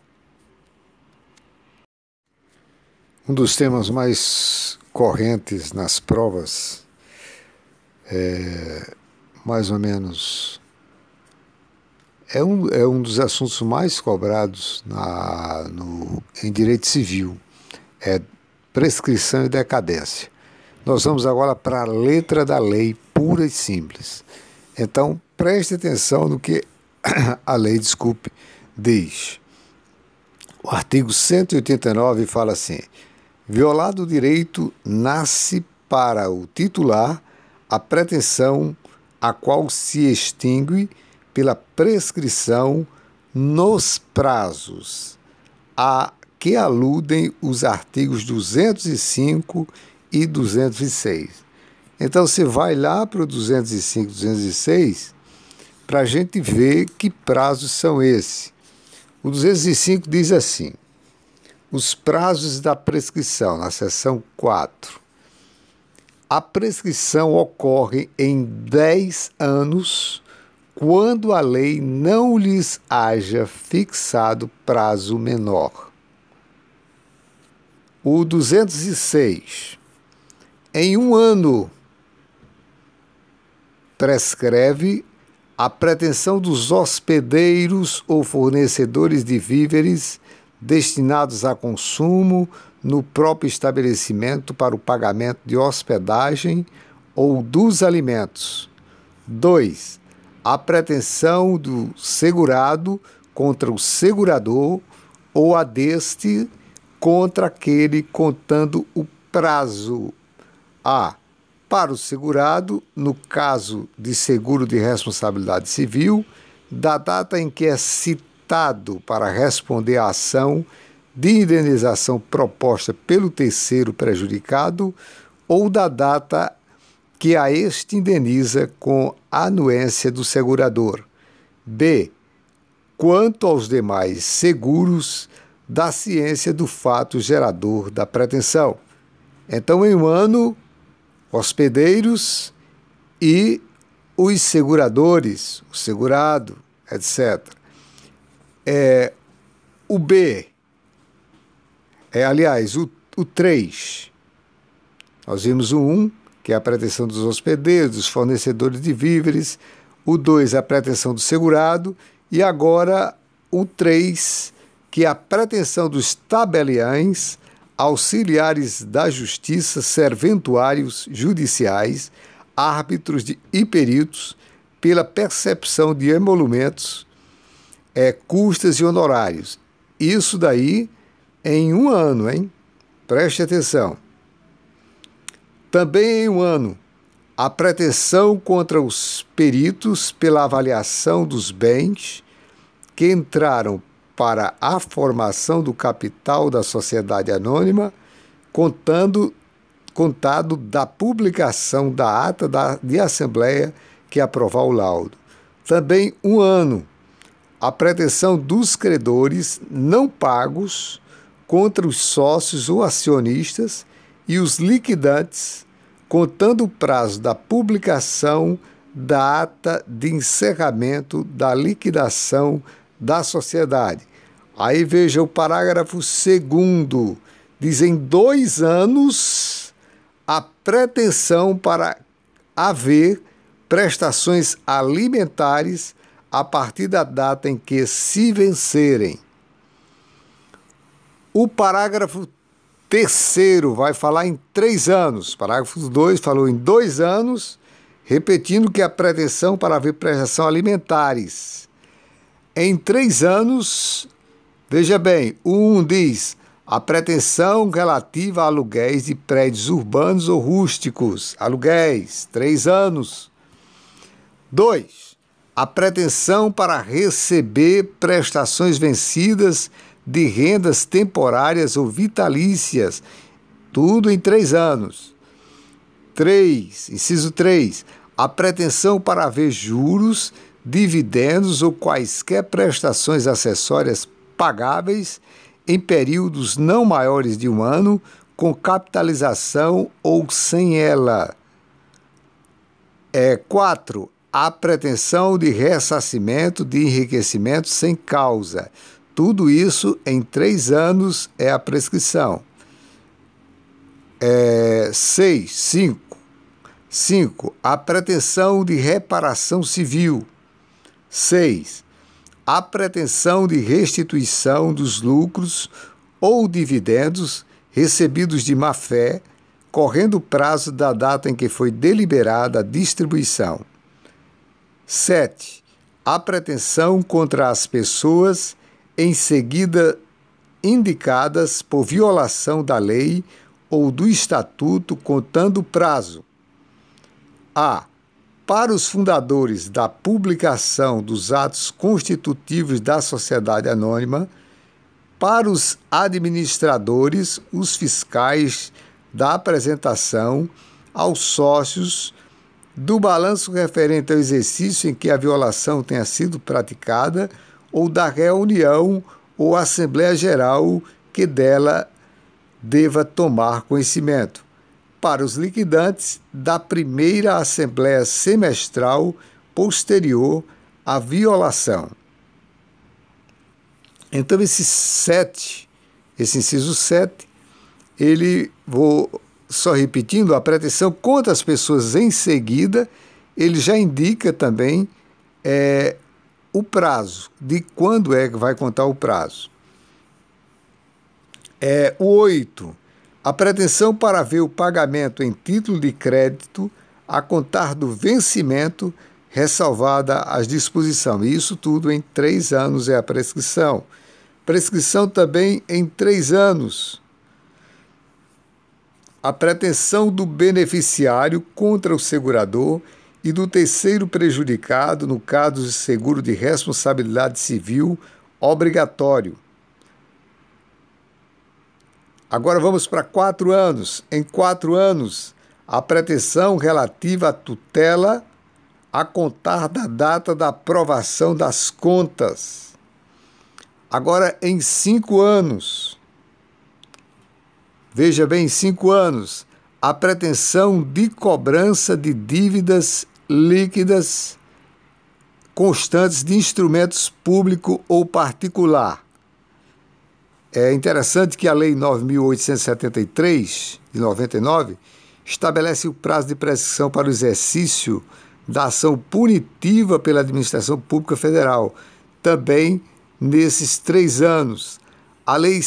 Um dos temas mais correntes nas provas mais ou menos, é um dos assuntos mais cobrados em direito civil, é prescrição e decadência. Nós vamos agora para a letra da lei, pura e simples. Então, preste atenção no que a lei, diz. O artigo 189 fala assim: violado o direito, nasce para o titular a pretensão a qual se extingue pela prescrição nos prazos a que aludem os artigos 205 e 206. Então, você vai lá para o 205 e 206 para a gente ver que prazos são esses. O 205 diz assim: os prazos da prescrição, na seção 4. A prescrição ocorre em 10 anos quando a lei não lhes haja fixado prazo menor. O 206. Em 1 ano, prescreve a pretensão dos hospedeiros ou fornecedores de víveres destinados a consumo no próprio estabelecimento para o pagamento de hospedagem ou dos alimentos. 2. A pretensão do segurado contra o segurador ou a deste contra aquele contando o prazo. A. Para o segurado, no caso de seguro de responsabilidade civil, da data em que é citado para responder à ação de indenização proposta pelo terceiro prejudicado ou da data que a este indeniza com a anuência do segurador. B. Quanto aos demais seguros, da ciência do fato gerador da pretensão. Então, em 1 ano, hospedeiros e os seguradores, o segurado, etc. O B, o 3, nós vimos o 1, que é a pretensão dos hospedeiros, dos fornecedores de víveres, o 2, a pretensão do segurado, e agora o 3, que é a pretensão dos tabeliães, auxiliares da justiça, serventuários judiciais, árbitros e peritos, pela percepção de emolumentos, custas e honorários. Isso daí em 1 ano, hein? Preste atenção. Também em 1 ano, a pretensão contra os peritos pela avaliação dos bens que entraram para a formação do capital da sociedade anônima, contado da publicação da ata de assembleia que aprovar o laudo. Também 1 ano, a pretensão dos credores não pagos contra os sócios ou acionistas e os liquidantes, contando o prazo da publicação da ata de encerramento da liquidação da sociedade. Aí veja o parágrafo 2º, diz em 2 anos a pretensão para haver prestações alimentares a partir da data em que se vencerem. O parágrafo 3º vai falar em 3 anos. Parágrafo 2 falou em 2 anos, repetindo que a pretensão para haver prestação alimentares. Em 3 anos, veja bem, o 1 diz a pretensão relativa a aluguéis de prédios urbanos ou rústicos. Aluguéis, 3 anos. 2. A pretensão para receber prestações vencidas de rendas temporárias ou vitalícias, tudo em 3 anos. 3. Inciso 3. A pretensão para haver juros, dividendos ou quaisquer prestações acessórias pagáveis em períodos não maiores de 1 ano, com capitalização ou sem ela. 4. A pretensão de ressarcimento de enriquecimento sem causa. Tudo isso em 3 anos é a prescrição. 5. A pretensão de reparação civil. 6. A pretensão de restituição dos lucros ou dividendos recebidos de má-fé, correndo o prazo da data em que foi deliberada a distribuição. 7. A pretensão contra as pessoas em seguida indicadas por violação da lei ou do estatuto, contando o prazo. A. Para os fundadores da publicação dos atos constitutivos da sociedade anônima, para os administradores, os fiscais da apresentação aos sócios do balanço referente ao exercício em que a violação tenha sido praticada ou da reunião ou Assembleia Geral que dela deva tomar conhecimento. Para os liquidantes, da primeira Assembleia Semestral posterior à violação. Então, esse inciso 7, vou só repetindo, a pretensão contra as pessoas em seguida, ele já indica também o prazo, de quando é que vai contar o prazo. 8. A pretensão para haver o pagamento em título de crédito a contar do vencimento, ressalvada as disposições. Isso tudo em 3 anos é a prescrição. Prescrição também em 3 anos. A pretensão do beneficiário contra o segurador e do terceiro prejudicado no caso de seguro de responsabilidade civil obrigatório. Agora vamos para 4 anos. Em 4 anos, a pretensão relativa à tutela a contar da data da aprovação das contas. Agora, em 5 anos, veja bem, em 5 anos, a pretensão de cobrança de dívidas líquidas constantes de instrumentos público ou particular. É interessante que a Lei 9.873, de 99, estabelece o prazo de prescrição para o exercício da ação punitiva pela Administração Pública Federal, também nesses 3 anos. A Lei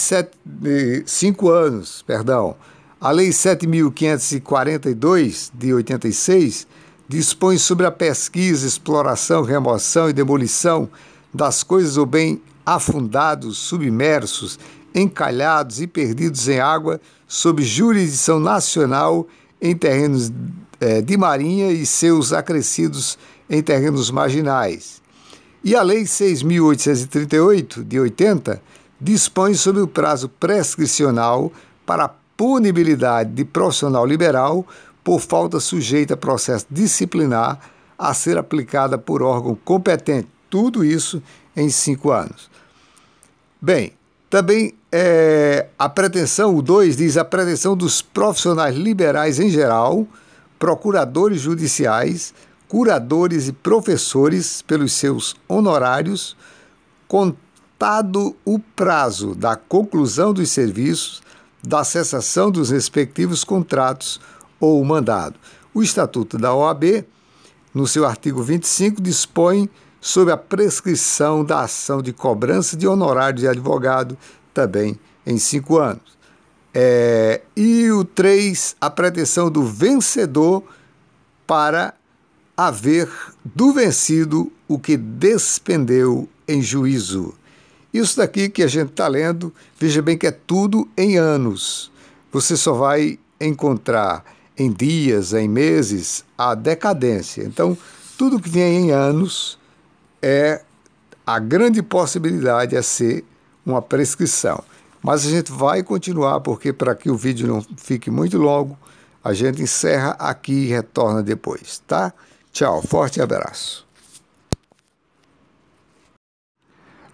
7.542, de 86, dispõe sobre a pesquisa, exploração, remoção e demolição das coisas ou bem afundados, submersos, encalhados e perdidos em água sob jurisdição nacional em terrenos de marinha e seus acrescidos em terrenos marginais. E a Lei 6.838, de 80, dispõe sobre o prazo prescricional para a punibilidade de profissional liberal por falta sujeita a processo disciplinar a ser aplicada por órgão competente. Tudo isso em 5 anos. Bem, também a pretensão, o 2 diz a pretensão dos profissionais liberais em geral, procuradores judiciais, curadores e professores pelos seus honorários, contado o prazo da conclusão dos serviços, da cessação dos respectivos contratos ou mandado. O Estatuto da OAB, no seu artigo 25, dispõe sobre a prescrição da ação de cobrança de honorários de advogado, também em 5 anos. E o 3, a pretensão do vencedor para haver do vencido o que despendeu em juízo. Isso daqui que a gente está lendo, veja bem que é tudo em anos. Você só vai encontrar em dias, em meses, a decadência. Então, tudo que vem em anos a grande possibilidade é ser uma prescrição. Mas a gente vai continuar, porque para que o vídeo não fique muito longo, a gente encerra aqui e retorna depois, tá? Tchau, forte abraço.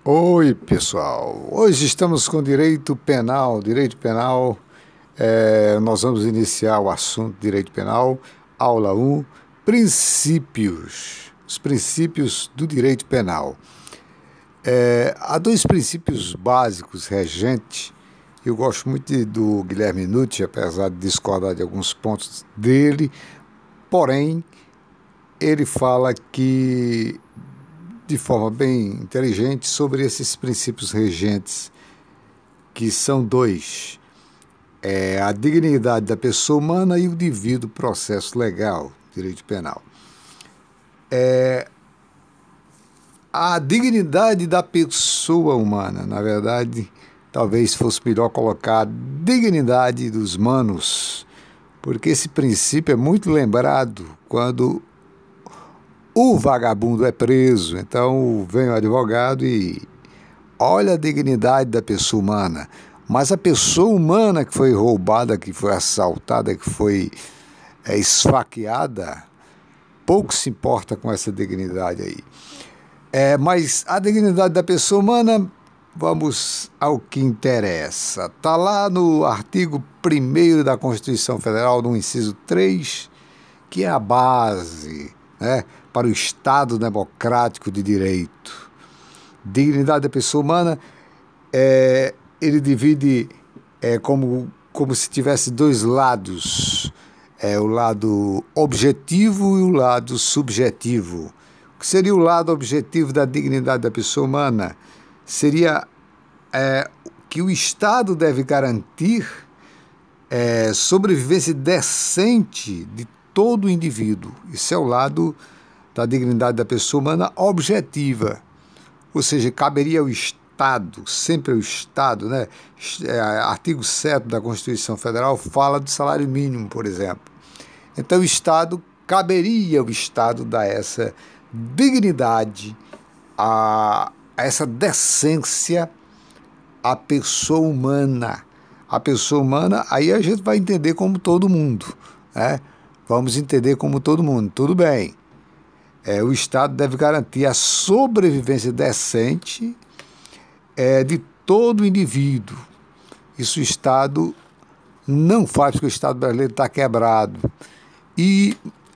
Oi, pessoal. Hoje estamos com direito penal. Nós vamos iniciar o assunto direito penal, aula 1, princípios. Os princípios do direito penal. Há dois princípios básicos regentes. Eu gosto muito do Guilherme Nucci, apesar de discordar de alguns pontos dele, porém, ele fala que de forma bem inteligente sobre esses princípios regentes, que são dois: a dignidade da pessoa humana e o devido processo legal, direito penal. A dignidade da pessoa humana, na verdade, talvez fosse melhor colocar a dignidade dos manos, porque esse princípio é muito lembrado quando o vagabundo é preso. Então vem o advogado e olha a dignidade da pessoa humana. Mas a pessoa humana que foi roubada, que foi assaltada, que foi esfaqueada, pouco se importa com essa dignidade aí. Mas a dignidade da pessoa humana, vamos ao que interessa. Está lá no artigo 1º da Constituição Federal, no inciso 3, que é a base, né, para o Estado democrático de direito. Dignidade da pessoa humana, ele divide como se tivesse dois lados, o lado objetivo e o lado subjetivo. O que seria o lado objetivo da dignidade da pessoa humana? Seria que o Estado deve garantir sobrevivência decente de todo indivíduo. Isso é o lado da dignidade da pessoa humana objetiva. Ou seja, caberia ao Estado, sempre ao Estado, né? Artigo 7º da Constituição Federal fala do salário mínimo, por exemplo. Então, caberia ao Estado dar essa dignidade, essa decência à pessoa humana. A pessoa humana, aí a gente vai entender como todo mundo, né? Vamos entender como todo mundo. Tudo bem. O Estado deve garantir a sobrevivência decente de todo indivíduo. Isso o Estado não faz, porque o Estado brasileiro está quebrado e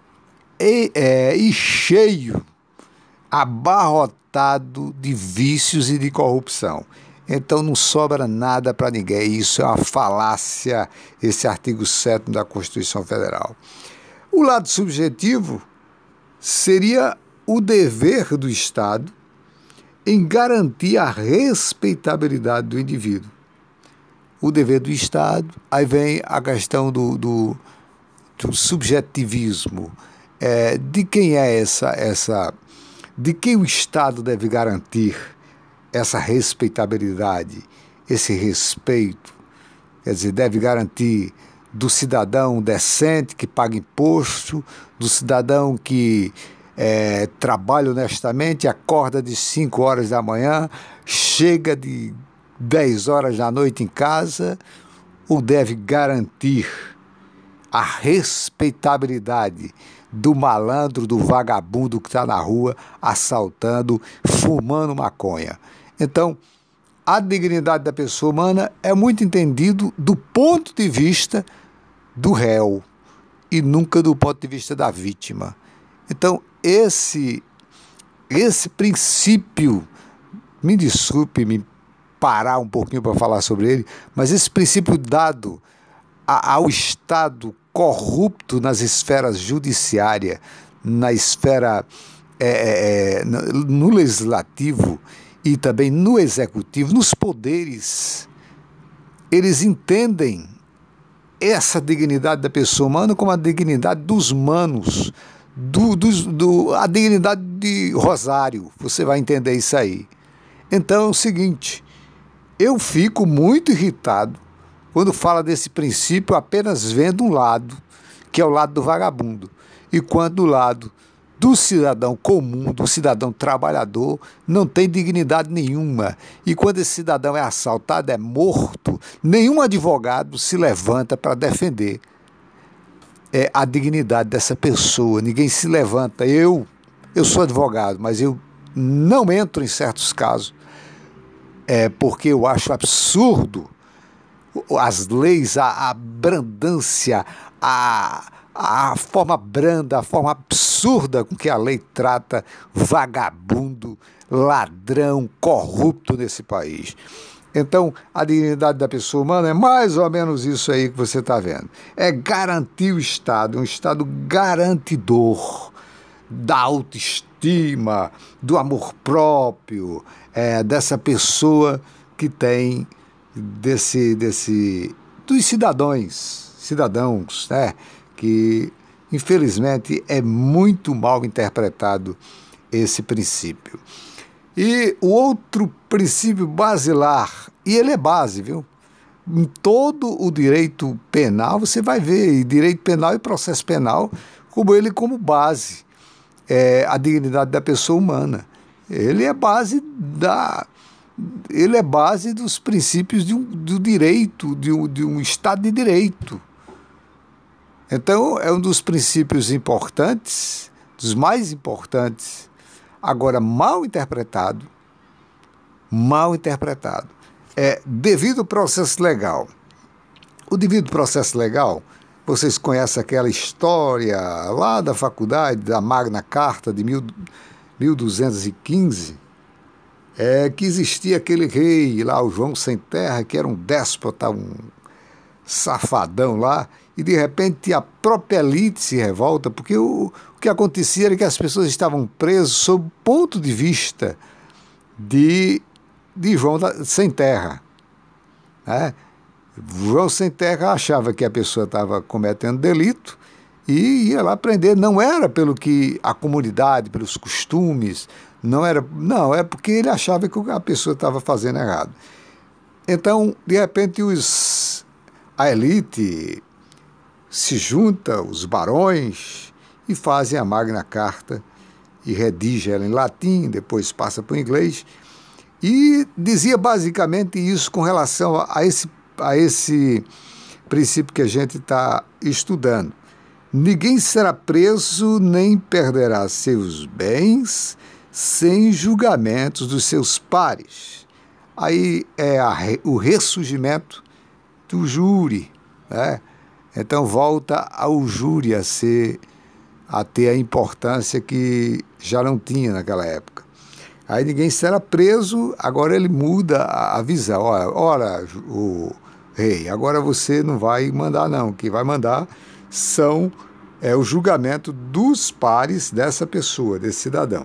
cheio, abarrotado de vícios e de corrupção. Então não sobra nada para ninguém. Isso é uma falácia, esse artigo 7º da Constituição Federal. O lado subjetivo seria o dever do Estado em garantir a respeitabilidade do indivíduo. O dever do Estado, aí vem a questão do subjetivismo. De quem é de quem o Estado deve garantir essa respeitabilidade, esse respeito? Quer dizer, deve garantir do cidadão decente que paga imposto, do cidadão que trabalha honestamente, acorda de 5 horas da manhã, chega de 10 horas da noite em casa, ou deve garantir a respeitabilidade do malandro, do vagabundo que está na rua assaltando, fumando maconha? Então, a dignidade da pessoa humana é muito entendido do ponto de vista do réu e nunca do ponto de vista da vítima. Então, esse princípio, me desculpe me parar um pouquinho para falar sobre ele, mas esse princípio dado ao Estado corrupto nas esferas judiciária, na esfera no legislativo e também no executivo, nos poderes, eles entendem essa dignidade da pessoa humana como a dignidade dos manos, a dignidade de Rosário. Você vai entender isso aí. Então é o seguinte, eu fico muito irritado quando fala desse princípio apenas vendo um lado, que é o lado do vagabundo, e quando do lado do cidadão comum, do cidadão trabalhador, não tem dignidade nenhuma. E quando esse cidadão é assaltado, é morto, nenhum advogado se levanta para defender a dignidade dessa pessoa. Ninguém se levanta. Eu sou advogado, mas eu não entro em certos casos, porque eu acho absurdo as leis, a brandância, a forma branda, a forma absurda com que a lei trata vagabundo, ladrão, corrupto nesse país. Então, a dignidade da pessoa humana é mais ou menos isso aí que você está vendo. É garantir o Estado, um Estado garantidor da autoestima, do amor próprio, dessa pessoa que tem dos cidadãos, né? Que infelizmente é muito mal interpretado esse princípio. E o outro princípio basilar, e ele é base, viu? Em todo o direito penal, você vai ver, e direito penal e processo penal, como base, a dignidade da pessoa humana. Ele é base dos princípios do direito, de um Estado de Direito. Então, é um dos princípios importantes, dos mais importantes, agora mal interpretado, devido processo legal. O devido processo legal, vocês conhecem aquela história lá da faculdade, da Magna Carta de 1215, que existia aquele rei lá, o João Sem Terra, que era um déspota, um safadão lá, e de repente a própria elite se revolta, porque o que acontecia era que as pessoas estavam presas sob o ponto de vista de João Sem Terra. Né? João Sem Terra achava que a pessoa estava cometendo delito e ia lá prender. Não era pelo que a comunidade, pelos costumes, não, é porque ele achava que a pessoa estava fazendo errado. Então, de repente, a elite se junta, os barões, e fazem a Magna Carta e redigem ela em latim, depois passa para o inglês, e dizia basicamente isso com relação a esse princípio que a gente está estudando. Ninguém será preso nem perderá seus bens sem julgamentos dos seus pares. Aí é o ressurgimento do júri, né? Então volta ao júri a ter a importância que já não tinha naquela época. Aí ninguém será preso, agora ele muda a visão. Ora, o rei, agora você não vai mandar não, o que vai mandar é o julgamento dos pares dessa pessoa, desse cidadão.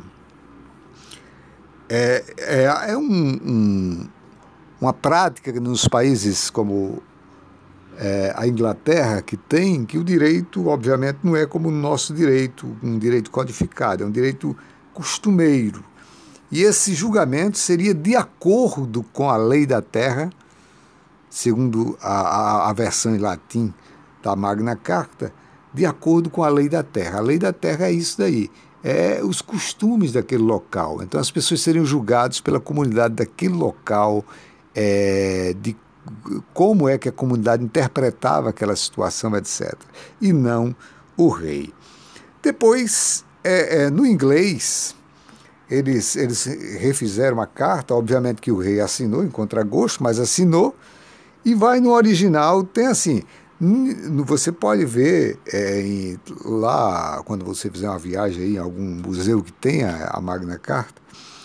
Uma prática nos países como a Inglaterra, que o direito, obviamente, não é como o nosso direito, um direito codificado, é um direito costumeiro. E esse julgamento seria de acordo com a lei da terra, segundo a versão em latim da Magna Carta, de acordo com a lei da terra. A lei da terra é isso daí, é os costumes daquele local. Então as pessoas seriam julgadas pela comunidade daquele local, de como é que a comunidade interpretava aquela situação, etc. E não o rei. Depois, no inglês, eles refizeram a carta, obviamente que o rei assinou em contragosto, mas assinou, e vai no original, tem assim, você pode ver lá, quando você fizer uma viagem aí, em algum museu que tenha a Magna Carta,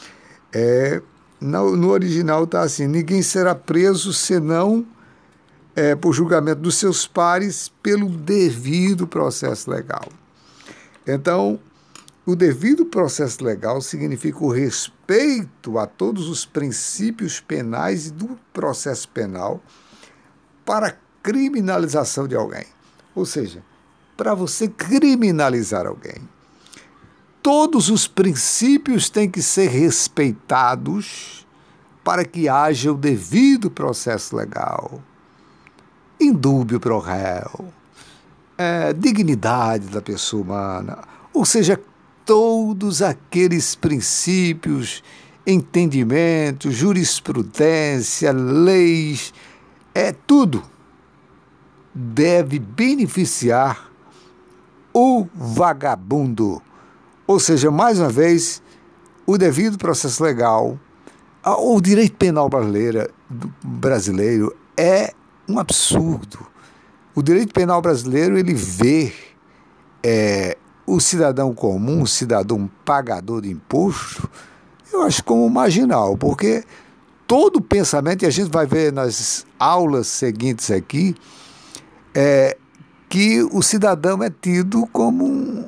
no original está assim: ninguém será preso senão por julgamento dos seus pares pelo devido processo legal. Então, o devido processo legal significa o respeito a todos os princípios penais e do processo penal para a criminalização de alguém. Ou seja, para você criminalizar alguém, todos os princípios têm que ser respeitados para que haja o devido processo legal. Indúbio pro réu, dignidade da pessoa humana, ou seja, todos aqueles princípios, entendimentos, jurisprudência, leis, tudo deve beneficiar o vagabundo. Ou seja, mais uma vez, o devido processo legal O direito penal brasileiro é um absurdo. O direito penal brasileiro, ele vê o cidadão comum, o cidadão pagador de imposto, eu acho como marginal, porque todo o pensamento, e a gente vai ver nas aulas seguintes aqui, que o cidadão é tido como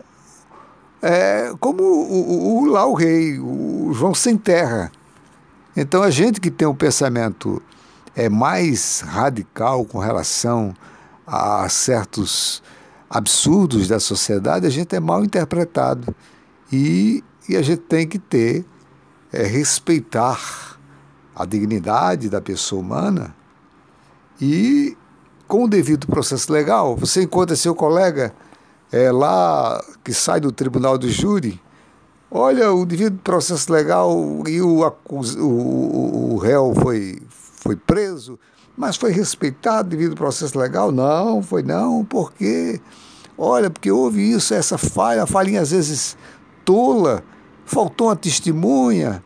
lá o rei, o João Sem Terra. Então a gente que tem um pensamento mais radical com relação a certos absurdos da sociedade, a gente é mal interpretado. E a gente tem que respeitar a dignidade da pessoa humana e, com o devido processo legal, você encontra seu colega lá que sai do tribunal do júri, olha, o devido processo legal e o réu foi preso, mas foi respeitado devido ao processo legal? Não, foi não, porque houve isso, essa falha, a falhinha às vezes tola, faltou uma testemunha,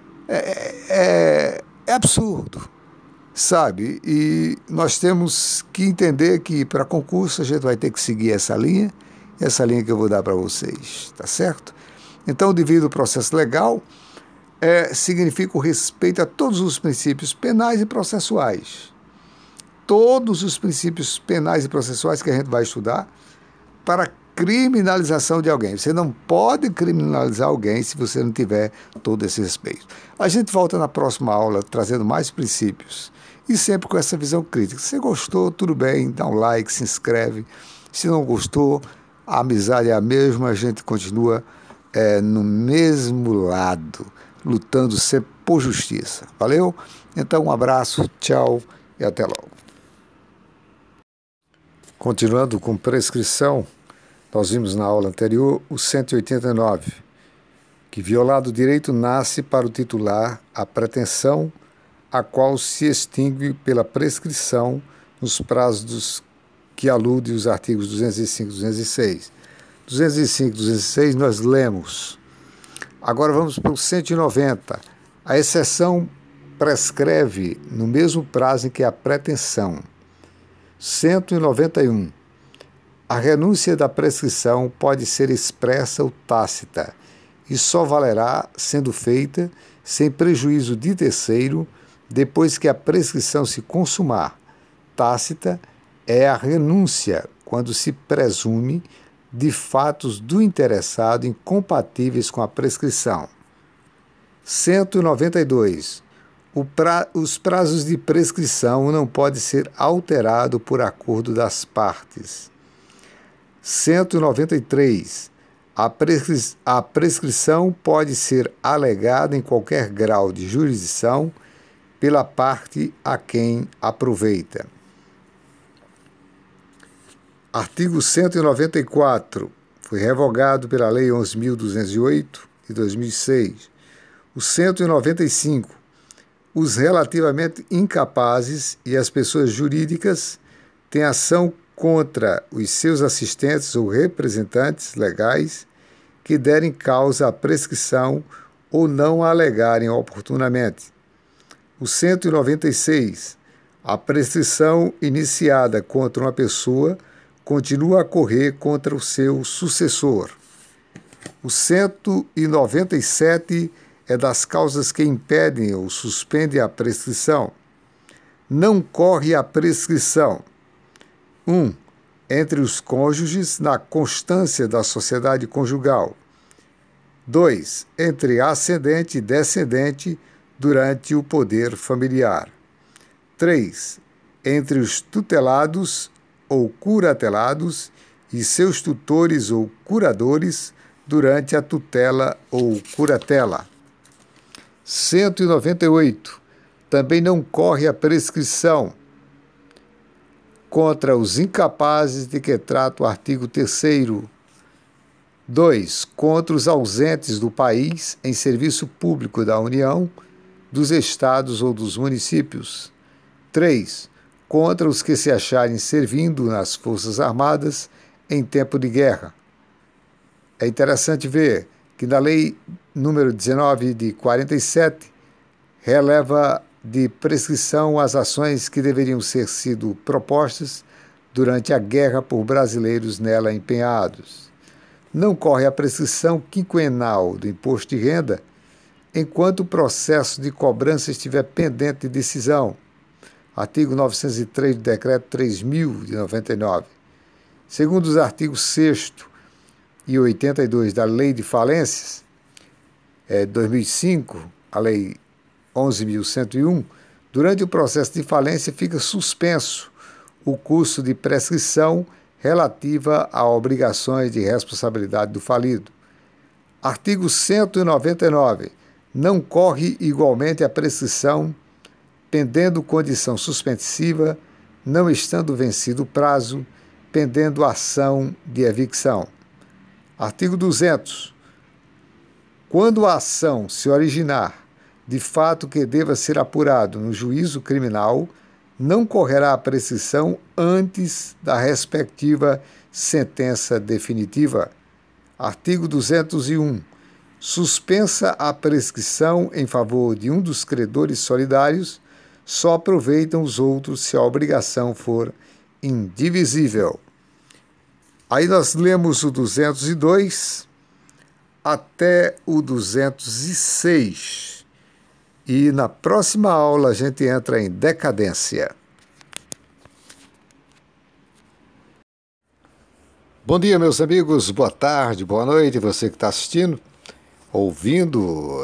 é absurdo, sabe? E nós temos que entender que para concurso a gente vai ter que seguir essa linha que eu vou dar para vocês, tá certo? Então, o devido processo legal significa o respeito a todos os princípios penais e processuais. Todos os princípios penais e processuais que a gente vai estudar para criminalização de alguém. Você não pode criminalizar alguém se você não tiver todo esse respeito. A gente volta na próxima aula trazendo mais princípios e sempre com essa visão crítica. Se você gostou, tudo bem, dá um like, se inscreve. Se não gostou, a amizade é a mesma, a gente continua no mesmo lado, lutando sempre por justiça. Valeu? Então, um abraço, tchau e até logo. Continuando com prescrição, nós vimos na aula anterior o 189, que violado o direito nasce para o titular a pretensão a qual se extingue pela prescrição nos prazos que aludem os artigos 205 e 206. 205 e 206 nós lemos. Agora vamos para o 190. A exceção prescreve no mesmo prazo em que a pretensão. 191. A renúncia da prescrição pode ser expressa ou tácita e só valerá sendo feita sem prejuízo de terceiro depois que a prescrição se consumar. Tácita é a renúncia quando se presume de fatos do interessado incompatíveis com a prescrição. 192. Os prazos de prescrição não podem ser alterados por acordo das partes. 193. A prescrição pode ser alegada em qualquer grau de jurisdição pela parte a quem aproveita. Artigo 194. Foi revogado pela Lei 11.208 de 2006. O 195. Os relativamente incapazes e as pessoas jurídicas têm ação contra os seus assistentes ou representantes legais que derem causa à prescrição ou não a alegarem oportunamente. O 196. A prescrição iniciada contra uma pessoa continua a correr contra o seu sucessor. O 197 é das causas que impedem ou suspendem a prescrição. Não corre a prescrição. 1. Entre os cônjuges na constância da sociedade conjugal. 2. Entre ascendente e descendente durante o poder familiar. 3. Entre os tutelados ou curatelados e seus tutores ou curadores durante a tutela ou curatela. 198. Também não corre a prescrição contra os incapazes de que trata o artigo 3º. 2. Contra os ausentes do país em serviço público da União, dos estados ou dos municípios. 3. Contra os que se acharem servindo nas Forças Armadas em tempo de guerra. É interessante ver que na Lei número 19 de 47, releva de prescrição as ações que deveriam ser sido propostas durante a guerra por brasileiros nela empenhados. Não corre a prescrição quinquenal do imposto de renda enquanto o processo de cobrança estiver pendente de decisão. Artigo 903 do Decreto 3.000 de 99. Segundo os artigos 6º e 82 da Lei de Falências, 2005, a Lei 11.101, durante o processo de falência fica suspenso o curso de prescrição relativa a obrigações de responsabilidade do falido. Artigo 199. Não corre igualmente a prescrição, pendendo condição suspensiva, não estando vencido o prazo, pendendo ação de evicção. Artigo 200. Quando a ação se originar de fato que deva ser apurado no juízo criminal, não correrá a prescrição antes da respectiva sentença definitiva. Artigo 201. Suspensa a prescrição em favor de um dos credores solidários, só aproveitam os outros se a obrigação for indivisível. Aí nós lemos o 202 até o 206. E na próxima aula a gente entra em decadência. Bom dia, meus amigos, boa tarde, boa noite, você que está assistindo, ouvindo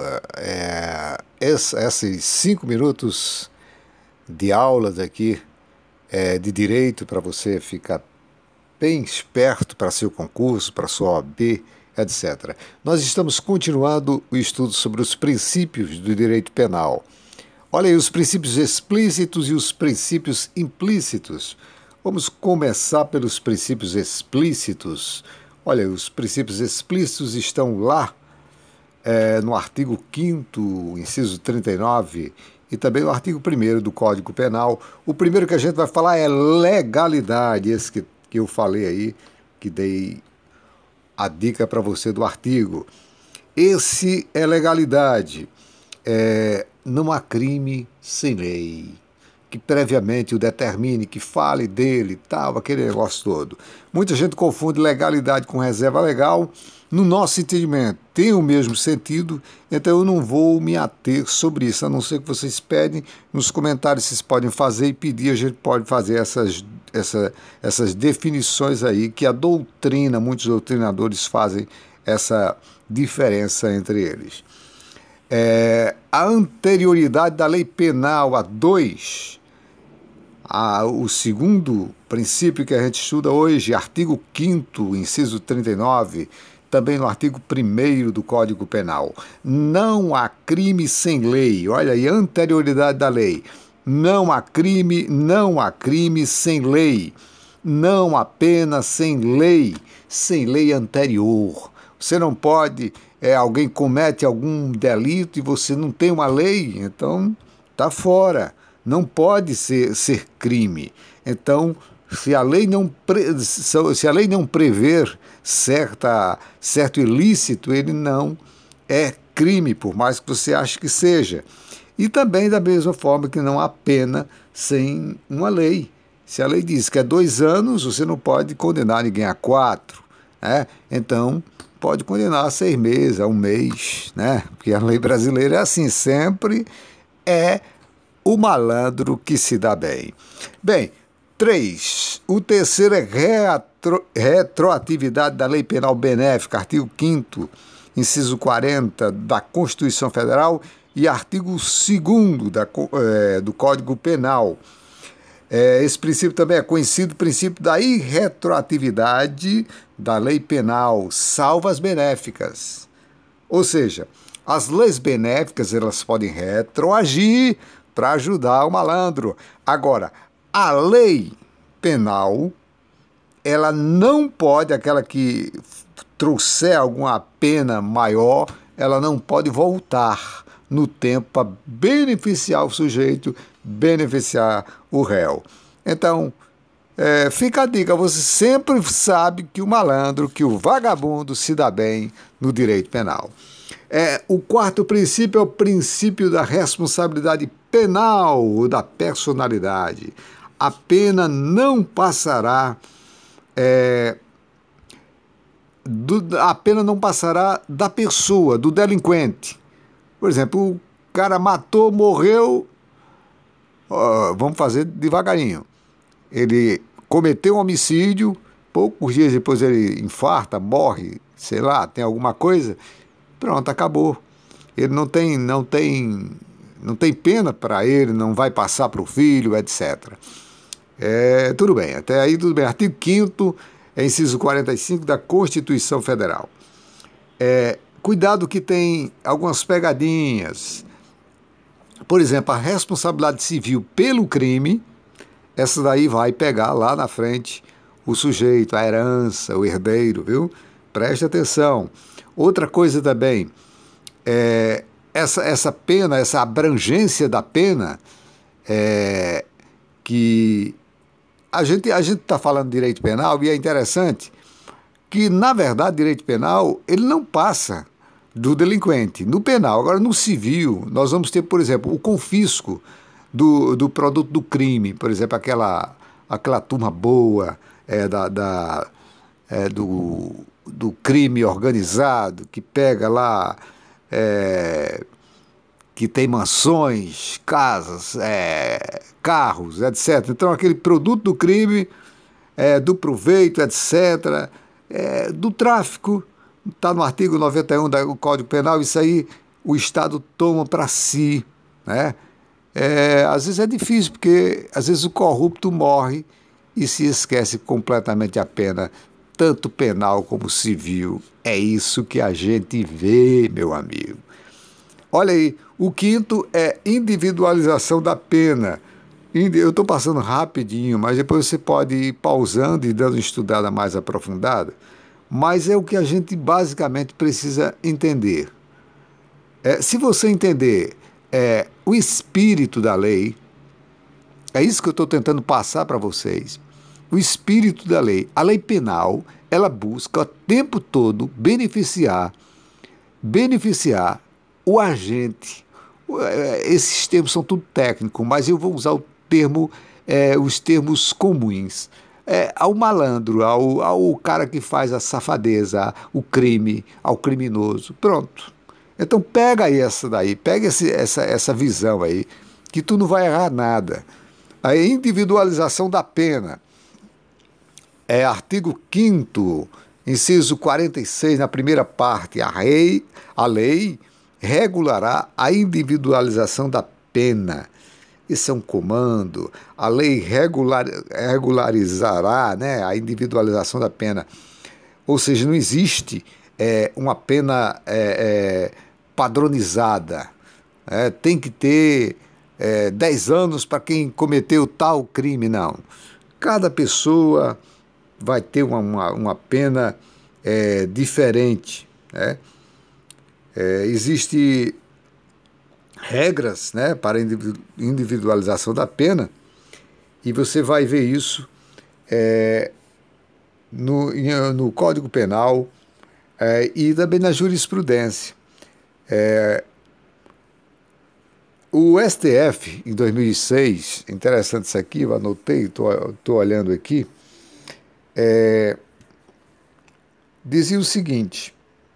esses 5 minutos de aulas aqui de direito para você ficar bem esperto para seu concurso, para sua OAB, etc. Nós estamos continuando o estudo sobre os princípios do direito penal. Olha aí, os princípios explícitos e os princípios implícitos. Vamos começar pelos princípios explícitos. Olha, os princípios explícitos estão lá no artigo 5º, inciso 39, e também no artigo 1º do Código Penal. O primeiro que a gente vai falar é legalidade, esse que eu falei aí, que dei a dica para você do artigo. Esse é legalidade. Não há crime sem lei, que previamente o determine, que fale dele, tal, aquele negócio todo. Muita gente confunde legalidade com reserva legal. No nosso entendimento, tem o mesmo sentido, então eu não vou me ater sobre isso, a não ser que vocês pedem. Nos comentários vocês podem fazer e pedir, a gente pode fazer essas definições aí, que a doutrina, muitos doutrinadores fazem essa diferença entre eles. A anterioridade da lei penal a 2, o segundo princípio que a gente estuda hoje, artigo 5º, inciso 39, também no artigo 1º do Código Penal. Não há crime sem lei. Olha aí, anterioridade da lei. Não há crime sem lei. Não há pena sem lei anterior. Você não pode, alguém comete algum delito e você não tem uma lei, então está fora. Não pode ser crime. Então, se a lei não prever certo ilícito, ele não é crime, por mais que você ache que seja. E também da mesma forma que não há pena sem uma lei. Se a lei diz que é 2 anos, você não pode condenar ninguém a 4, né? Então, pode condenar a 6 meses, a 1 mês, né? Porque a lei brasileira é assim, sempre é o malandro que se dá bem. Bem, 3. O terceiro é retroatividade da lei penal benéfica, artigo 5º, inciso 40 da Constituição Federal e artigo 2º do Código Penal. Esse princípio também é conhecido princípio da irretroatividade da lei penal, salvo as benéficas. Ou seja, as leis benéficas elas podem retroagir para ajudar o malandro. Agora, a lei penal, ela não pode, aquela que trouxer alguma pena maior, ela não pode voltar no tempo para beneficiar o sujeito, beneficiar o réu. Então, Fica a dica, você sempre sabe que o malandro, que o vagabundo se dá bem no direito penal. O quarto princípio é o princípio da responsabilidade penal ou da personalidade. A pena não passará da pessoa, do delinquente. Por exemplo, o cara matou, morreu, vamos fazer devagarinho. Ele cometeu um homicídio, poucos dias depois ele infarta, morre, sei lá, tem alguma coisa, pronto, acabou. Ele não tem pena para ele, não vai passar para o filho, etc. Tudo bem, até aí tudo bem. Artigo 5º, inciso 45 da Constituição Federal. Cuidado que tem algumas pegadinhas. Por exemplo, a responsabilidade civil pelo crime, essa daí vai pegar lá na frente o sujeito, a herança, o herdeiro, viu? Preste atenção. Outra coisa também, essa pena, essa abrangência da pena, que a gente está falando de direito penal e é interessante que, na verdade, direito penal, ele não passa do delinquente. No penal, agora no civil, nós vamos ter, por exemplo, o confisco do produto do crime, por exemplo, aquela turma boa do crime organizado, que pega lá, que tem mansões, casas, carros, etc. Então, aquele produto do crime, do proveito, etc., do tráfico, está no artigo 91 do Código Penal, isso aí o Estado toma para si, né? Às vezes é difícil, porque às vezes o corrupto morre e se esquece completamente a pena, tanto penal como civil. É isso que a gente vê, meu amigo. Olha aí, o quinto é individualização da pena. Eu estou passando rapidinho, mas depois você pode ir pausando e dando uma estudada mais aprofundada. Mas é o que a gente basicamente precisa entender. Se você entender o espírito da lei, é isso que eu estou tentando passar para vocês. O espírito da lei. A lei penal, ela busca o tempo todo beneficiar o agente. Esses termos são tudo técnicos, mas eu vou usar os termos comuns. Ao malandro, ao cara que faz a safadeza, o crime, ao criminoso. Pronto. Então pega aí essa daí, pega essa visão aí, que tu não vai errar nada. A individualização da pena. Artigo 5º, inciso 46, na primeira parte, a lei regulará a individualização da pena. Isso é um comando. A lei regularizará, né, a individualização da pena. Ou seja, não existe uma pena padronizada. Tem que ter 10 anos para quem cometeu tal crime, não. Cada pessoa vai ter uma pena diferente, né? Existem regras, né, para individualização da pena, e você vai ver isso no Código Penal e também na jurisprudência. O STF, em 2006, interessante isso aqui, eu anotei, estou olhando aqui, dizia o seguinte: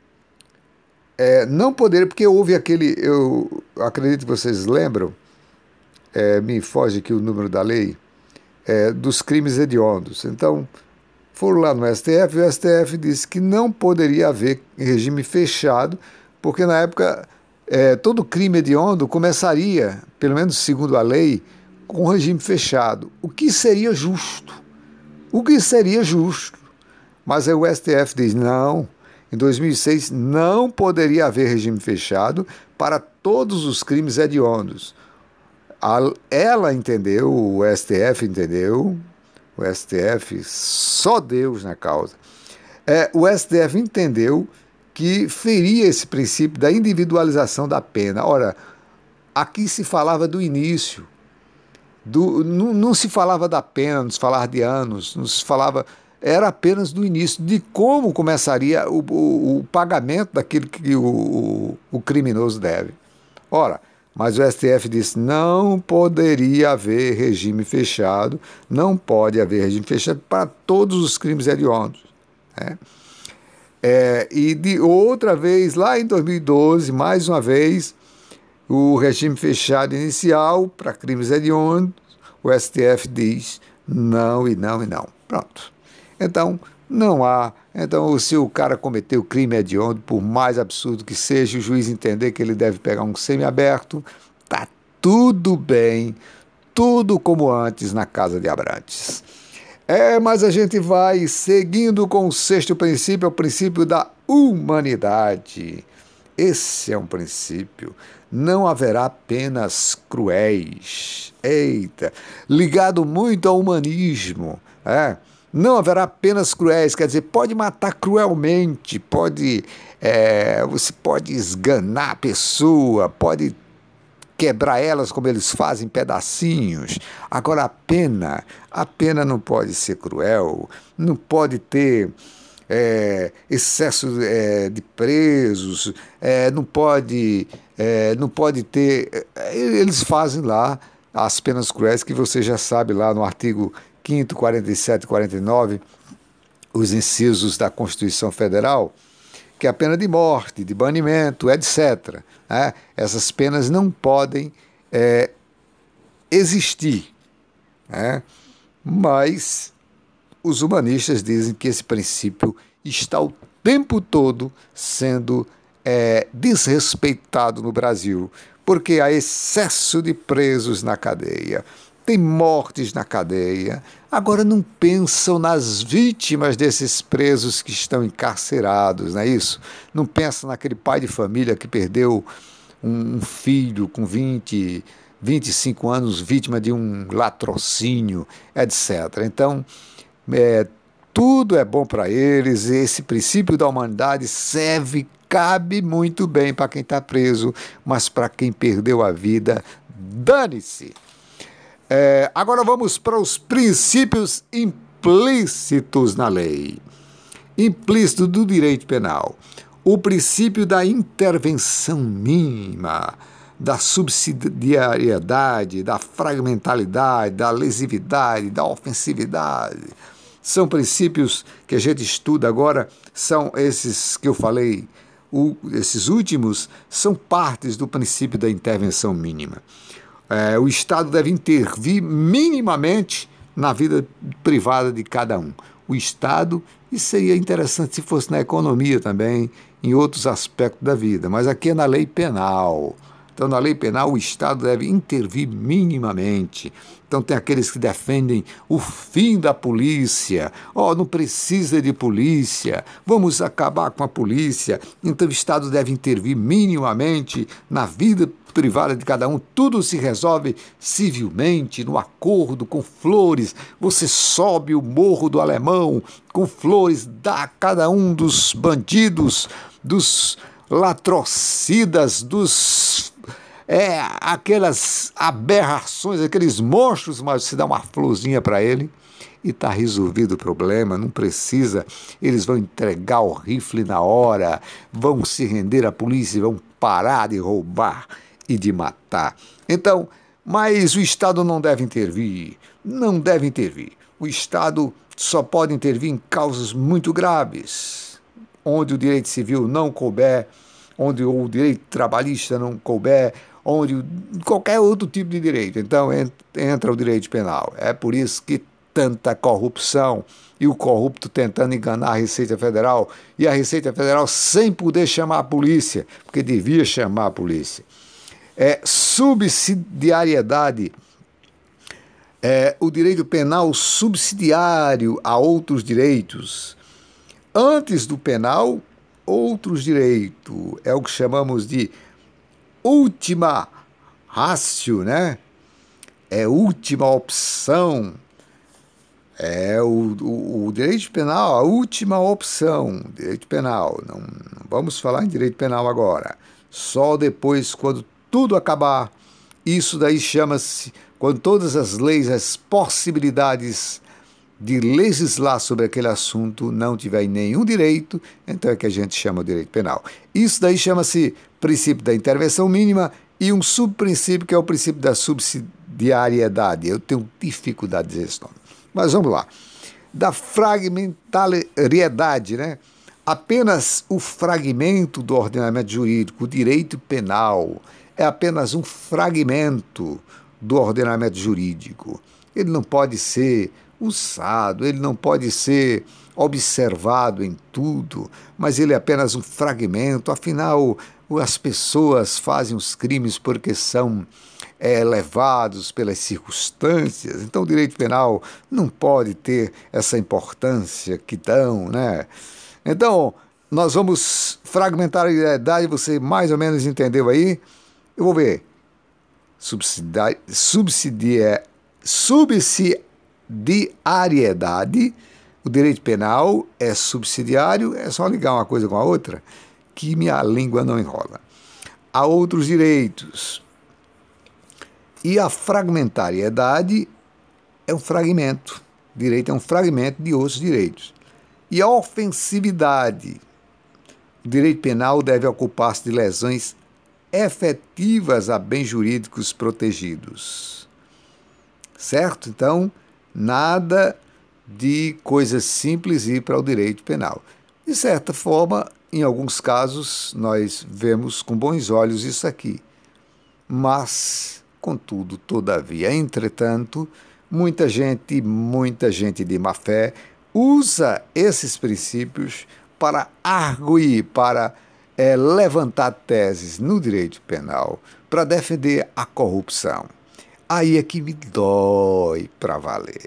não poderia, porque houve eu acredito que vocês lembram, me foge aqui o número da lei, dos crimes hediondos. Então, foram lá no STF, e o STF disse que não poderia haver regime fechado, porque na época todo crime hediondo começaria, pelo menos segundo a lei, com regime fechado, o que seria justo. Mas aí o STF diz, não, em 2006 não poderia haver regime fechado para todos os crimes hediondos. Ela entendeu, o STF entendeu, o STF, só Deus na causa. O STF entendeu que feria esse princípio da individualização da pena. Ora, aqui se falava do início. não se falava da pena, não se falava de anos, não se falava, era apenas do início, de como começaria o pagamento daquilo que o criminoso deve. Ora, mas o STF disse não poderia haver regime fechado, não pode haver regime fechado para todos os crimes hediondos, né? E de outra vez, lá em 2012, mais uma vez, o regime fechado inicial para crimes hediondos, o STF diz não e não e não. Pronto. Então, não há. Então, se o cara cometeu crime hediondo, por mais absurdo que seja, o juiz entender que ele deve pegar um semiaberto, tá tudo bem, tudo como antes na casa de Abrantes. Mas a gente vai seguindo com o sexto princípio, é o princípio da humanidade. Esse é um princípio. Não haverá penas cruéis. Eita, ligado muito ao humanismo. Não haverá penas cruéis, quer dizer, pode matar cruelmente, você pode esganar a pessoa, pode quebrar elas como eles fazem, em pedacinhos. Agora a pena não pode ser cruel, não pode ter excesso de presos, não pode ter. Eles fazem lá as penas cruéis que você já sabe lá no artigo 5º, 47 e 49, os incisos da Constituição Federal, que é a pena de morte, de banimento, etc. Essas penas não podem existir, mas os humanistas dizem que esse princípio está o tempo todo sendo desrespeitado no Brasil, porque há excesso de presos na cadeia, tem mortes na cadeia. Agora não pensam nas vítimas desses presos que estão encarcerados, não é isso? Não pensam naquele pai de família que perdeu um filho com 25 anos, vítima de um latrocínio, etc. Então, tudo é bom para eles, esse princípio da humanidade cabe muito bem para quem está preso, mas para quem perdeu a vida, dane-se. Agora vamos para os princípios implícitos na lei. Implícito do direito penal. O princípio da intervenção mínima, da subsidiariedade, da fragmentalidade, da lesividade, da ofensividade. São princípios que a gente estuda agora, são esses que eu falei, esses últimos são partes do princípio da intervenção mínima. O Estado deve intervir minimamente na vida privada de cada um. O Estado, e seria interessante se fosse na economia também, em outros aspectos da vida, mas aqui é na lei penal. Então, na lei penal, o Estado deve intervir minimamente. Então, tem aqueles que defendem o fim da polícia. Não precisa de polícia, vamos acabar com a polícia. Então, o Estado deve intervir minimamente na vida privada de cada um. Tudo se resolve civilmente, no acordo, com flores. Você sobe o Morro do Alemão com flores, dá a cada um dos bandidos, dos latrocidas, aquelas aberrações, aqueles monstros, mas você dá uma florzinha para ele e está resolvido o problema, não precisa, eles vão entregar o rifle na hora, vão se render à polícia, vão parar de roubar e de matar. Então, mas o Estado não deve intervir, O Estado só pode intervir em causas muito graves, onde o direito civil não couber, onde o direito trabalhista não couber, onde qualquer outro tipo de direito. Então entra o direito penal. É por isso que tanta corrupção e o corrupto tentando enganar a Receita Federal e a Receita Federal sem poder chamar a polícia, porque devia chamar a polícia. Subsidiariedade. O direito penal subsidiário a outros direitos. Antes do penal, outros direitos. É o que chamamos de última ratio, né? Última opção. O direito penal, a última opção. Direito penal. Não vamos falar em direito penal agora. Só depois, quando tudo acabar. Isso daí chama-se, quando todas as leis, as possibilidades de legislar sobre aquele assunto não tiver nenhum direito, então é que a gente chama de direito penal. Isso daí chama-se princípio da intervenção mínima e um subprincípio que é o princípio da subsidiariedade. Eu tenho dificuldade de dizer esse nome. Mas vamos lá. Da fragmentariedade, né? Apenas o fragmento do ordenamento jurídico, o direito penal, é apenas um fragmento do ordenamento jurídico. Ele não pode ser usado, ele não pode ser observado em tudo, mas ele é apenas um fragmento. Afinal, as pessoas fazem os crimes porque são levados pelas circunstâncias. Então, o direito penal não pode ter essa importância que dão, né? Então, nós vamos fragmentar a idade, você mais ou menos entendeu aí? Eu vou ver. Subsidiariedade, o direito penal é subsidiário, é só ligar uma coisa com a outra, que minha língua não enrola. Há outros direitos. E a fragmentariedade é um fragmento. Direito é um fragmento de outros direitos. E a ofensividade. O direito penal deve ocupar-se de lesões efetivas a bens jurídicos protegidos. Certo? Então, nada de coisas simples ir para o direito penal. De certa forma, em alguns casos, nós vemos com bons olhos isso aqui. Mas, contudo, todavia, entretanto, muita gente de má fé usa esses princípios para arguir, para levantar teses no direito penal, para defender a corrupção. Aí é que me dói para valer.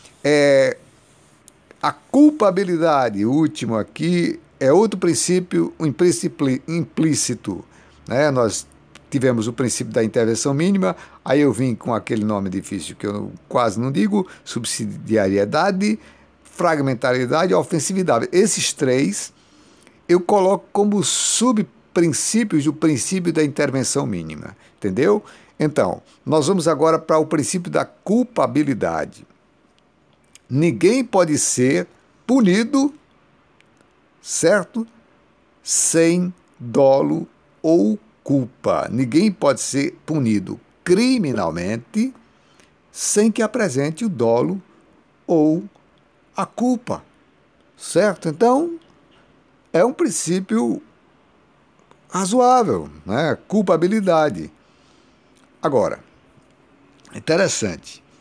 A culpabilidade, o último aqui, é outro princípio, um princípio implícito. Né? Nós tivemos o princípio da intervenção mínima, aí eu vim com aquele nome difícil que eu quase não digo, subsidiariedade, fragmentariedade e ofensividade. Esses três eu coloco como subprincípios do princípio da intervenção mínima, entendeu? Então, nós vamos agora para o princípio da culpabilidade. Ninguém pode ser punido, certo? Sem dolo ou culpa. Ninguém pode ser punido criminalmente sem que apresente o dolo ou a culpa, certo? Então, é um princípio razoável, né? Culpabilidade. Agora, interessante,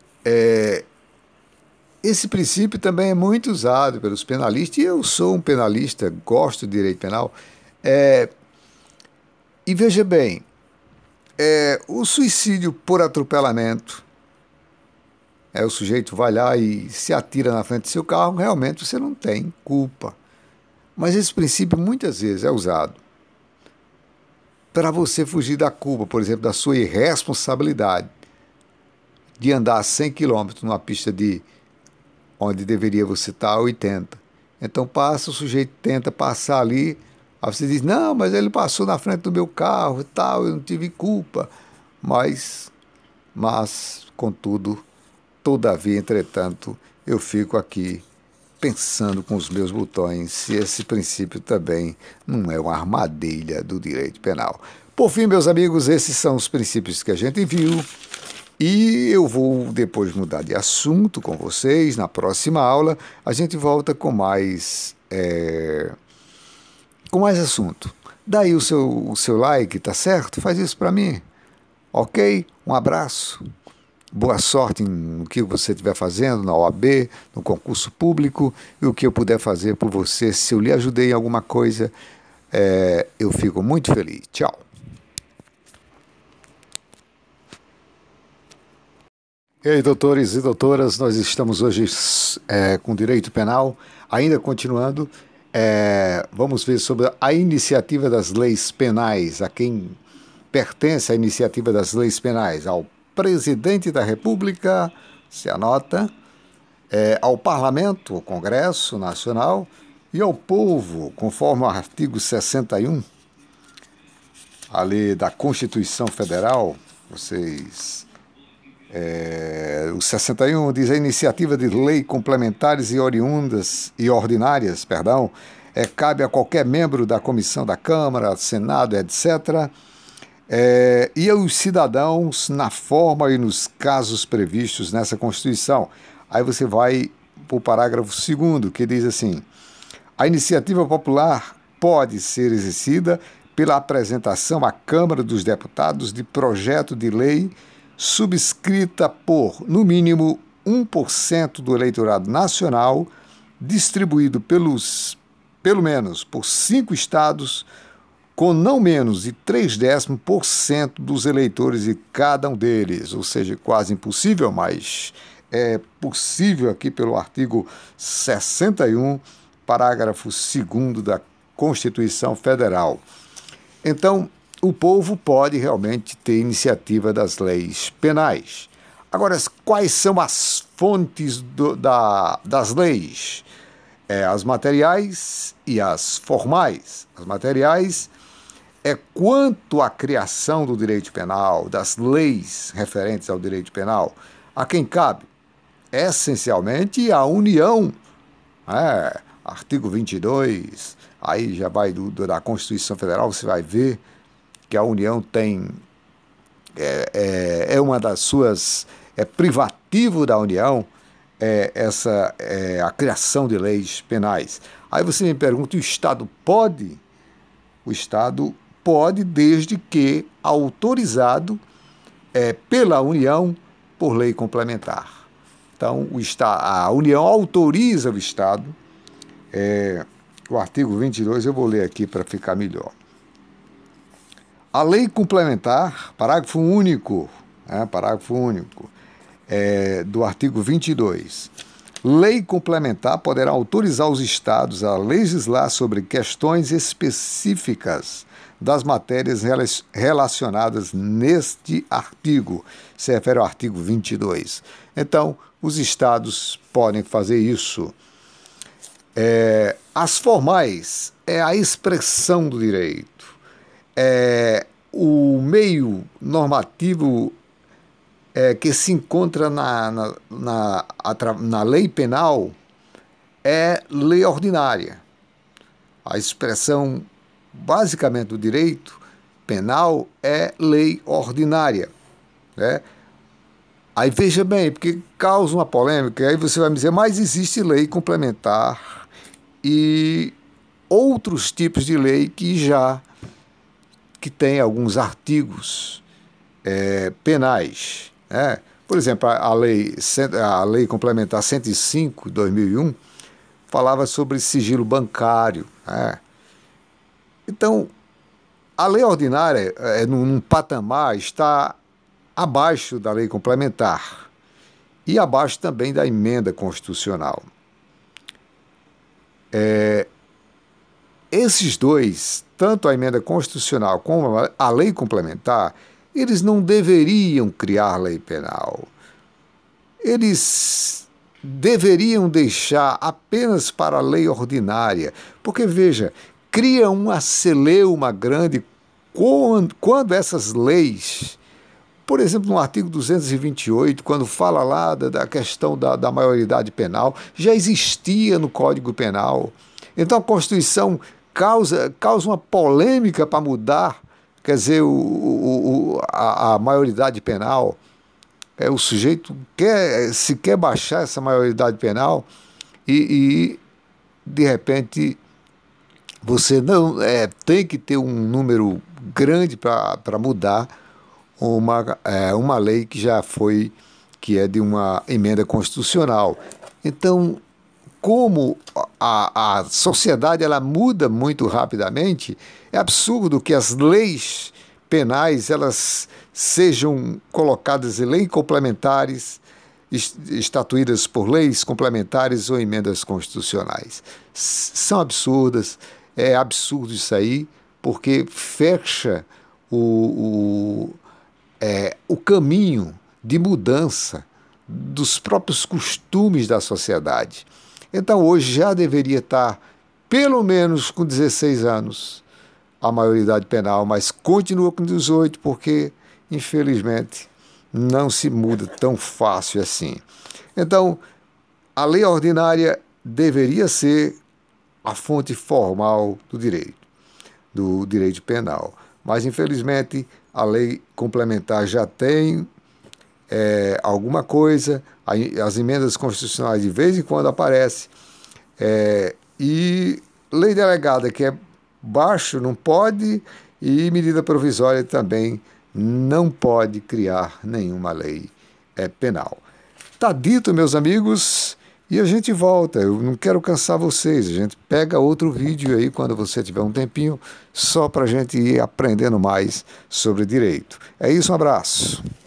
esse princípio também é muito usado pelos penalistas, e eu sou um penalista, gosto de direito penal, e veja bem, o suicídio por atropelamento, o sujeito vai lá e se atira na frente do seu carro, realmente você não tem culpa. Mas esse princípio muitas vezes é usado para você fugir da culpa, por exemplo, da sua irresponsabilidade de andar a 100 km numa pista onde deveria você estar a 80. Então passa, o sujeito tenta passar ali, aí você diz, não, mas ele passou na frente do meu carro e tal, eu não tive culpa. Mas contudo, todavia, entretanto, eu fico aqui pensando com os meus botões se esse princípio também não é uma armadilha do direito penal. Por fim, meus amigos, esses são os princípios que a gente viu e eu vou depois mudar de assunto com vocês. Na próxima aula, a gente volta com mais assunto. Daí o seu like, tá certo? Faz isso para mim, ok? Um abraço. Boa sorte no que você estiver fazendo, na OAB, no concurso público, e o que eu puder fazer por você, se eu lhe ajudei em alguma coisa, eu fico muito feliz. Tchau. E aí, doutores e doutoras, nós estamos hoje com direito penal, ainda continuando, vamos ver sobre a iniciativa das leis penais, a quem pertence a iniciativa das leis penais, ao Presidente da República, se anota, ao Parlamento, ao Congresso Nacional e ao povo, conforme o artigo 61, ali da Constituição Federal. Vocês O 61 diz: a iniciativa de lei complementares e oriundas e ordinárias, cabe a qualquer membro da comissão da Câmara, Senado, etc., e aos cidadãos na forma e nos casos previstos nessa Constituição. Aí você vai para o parágrafo 2º, que diz assim: a iniciativa popular pode ser exercida pela apresentação à Câmara dos Deputados de projeto de lei subscrita por, no mínimo, 1% do eleitorado nacional, distribuído pelo menos por 5 estados, com não menos de 0,3% dos eleitores de cada um deles, ou seja, quase impossível, mas é possível aqui pelo artigo 61, parágrafo 2º da Constituição Federal. Então, o povo pode realmente ter iniciativa das leis penais. Agora, quais são as fontes das leis? As materiais e as formais. As materiais é quanto à criação do direito penal, das leis referentes ao direito penal, a quem cabe? Essencialmente a União. Artigo 22, aí já vai da Constituição Federal, você vai ver que a União tem, uma das suas, privativo da União, a criação de leis penais. Aí você me pergunta, o Estado pode? O Estado pode, desde que autorizado pela União por lei complementar. Então, a União autoriza o Estado. O artigo 22, eu vou ler aqui para ficar melhor. A lei complementar, parágrafo único, do artigo 22. Lei complementar poderá autorizar os estados a legislar sobre questões específicas das matérias relacionadas neste artigo. Se refere ao artigo 22. Então, os estados podem fazer isso. As formais é a expressão do direito. O meio normativo que se encontra na lei penal é lei ordinária. A expressão basicamente do direito penal é lei ordinária. Aí veja bem, porque causa uma polêmica, aí você vai me dizer, mas existe lei complementar e outros tipos de lei que tem alguns artigos penais. Por exemplo, a lei complementar 105, de 2001, falava sobre sigilo bancário. Então, a lei ordinária, num patamar, está abaixo da lei complementar e abaixo também da emenda constitucional. Esses dois, tanto a emenda constitucional como a lei complementar, eles não deveriam criar lei penal. Eles deveriam deixar apenas para a lei ordinária, porque, veja, cria uma celeuma grande quando essas leis, por exemplo, no artigo 228, quando fala lá da questão da maioridade penal, já existia no Código Penal. Então a Constituição causa uma polêmica para mudar, quer dizer, a maioridade penal. O sujeito quer baixar essa maioridade penal e de repente, você não tem que ter um número grande para mudar uma lei que é de uma emenda constitucional. Então, como a sociedade ela muda muito rapidamente, é absurdo que as leis penais elas sejam colocadas em leis complementares, estatuídas por leis complementares ou emendas constitucionais. São absurdas, é absurdo isso aí, porque fecha o caminho de mudança dos próprios costumes da sociedade. Então, hoje já deveria estar, pelo menos com 16 anos, a maioridade penal, mas continua com 18, porque, infelizmente, não se muda tão fácil assim. Então, a lei ordinária deveria ser a fonte formal do direito penal. Mas, infelizmente, a lei complementar já tem alguma coisa, as emendas constitucionais de vez em quando aparecem, e lei delegada, que é baixo, não pode, e medida provisória também não pode criar nenhuma lei penal. Tá dito, meus amigos, e a gente volta. Eu não quero cansar vocês, a gente pega outro vídeo aí quando você tiver um tempinho, só para a gente ir aprendendo mais sobre direito. É isso, um abraço.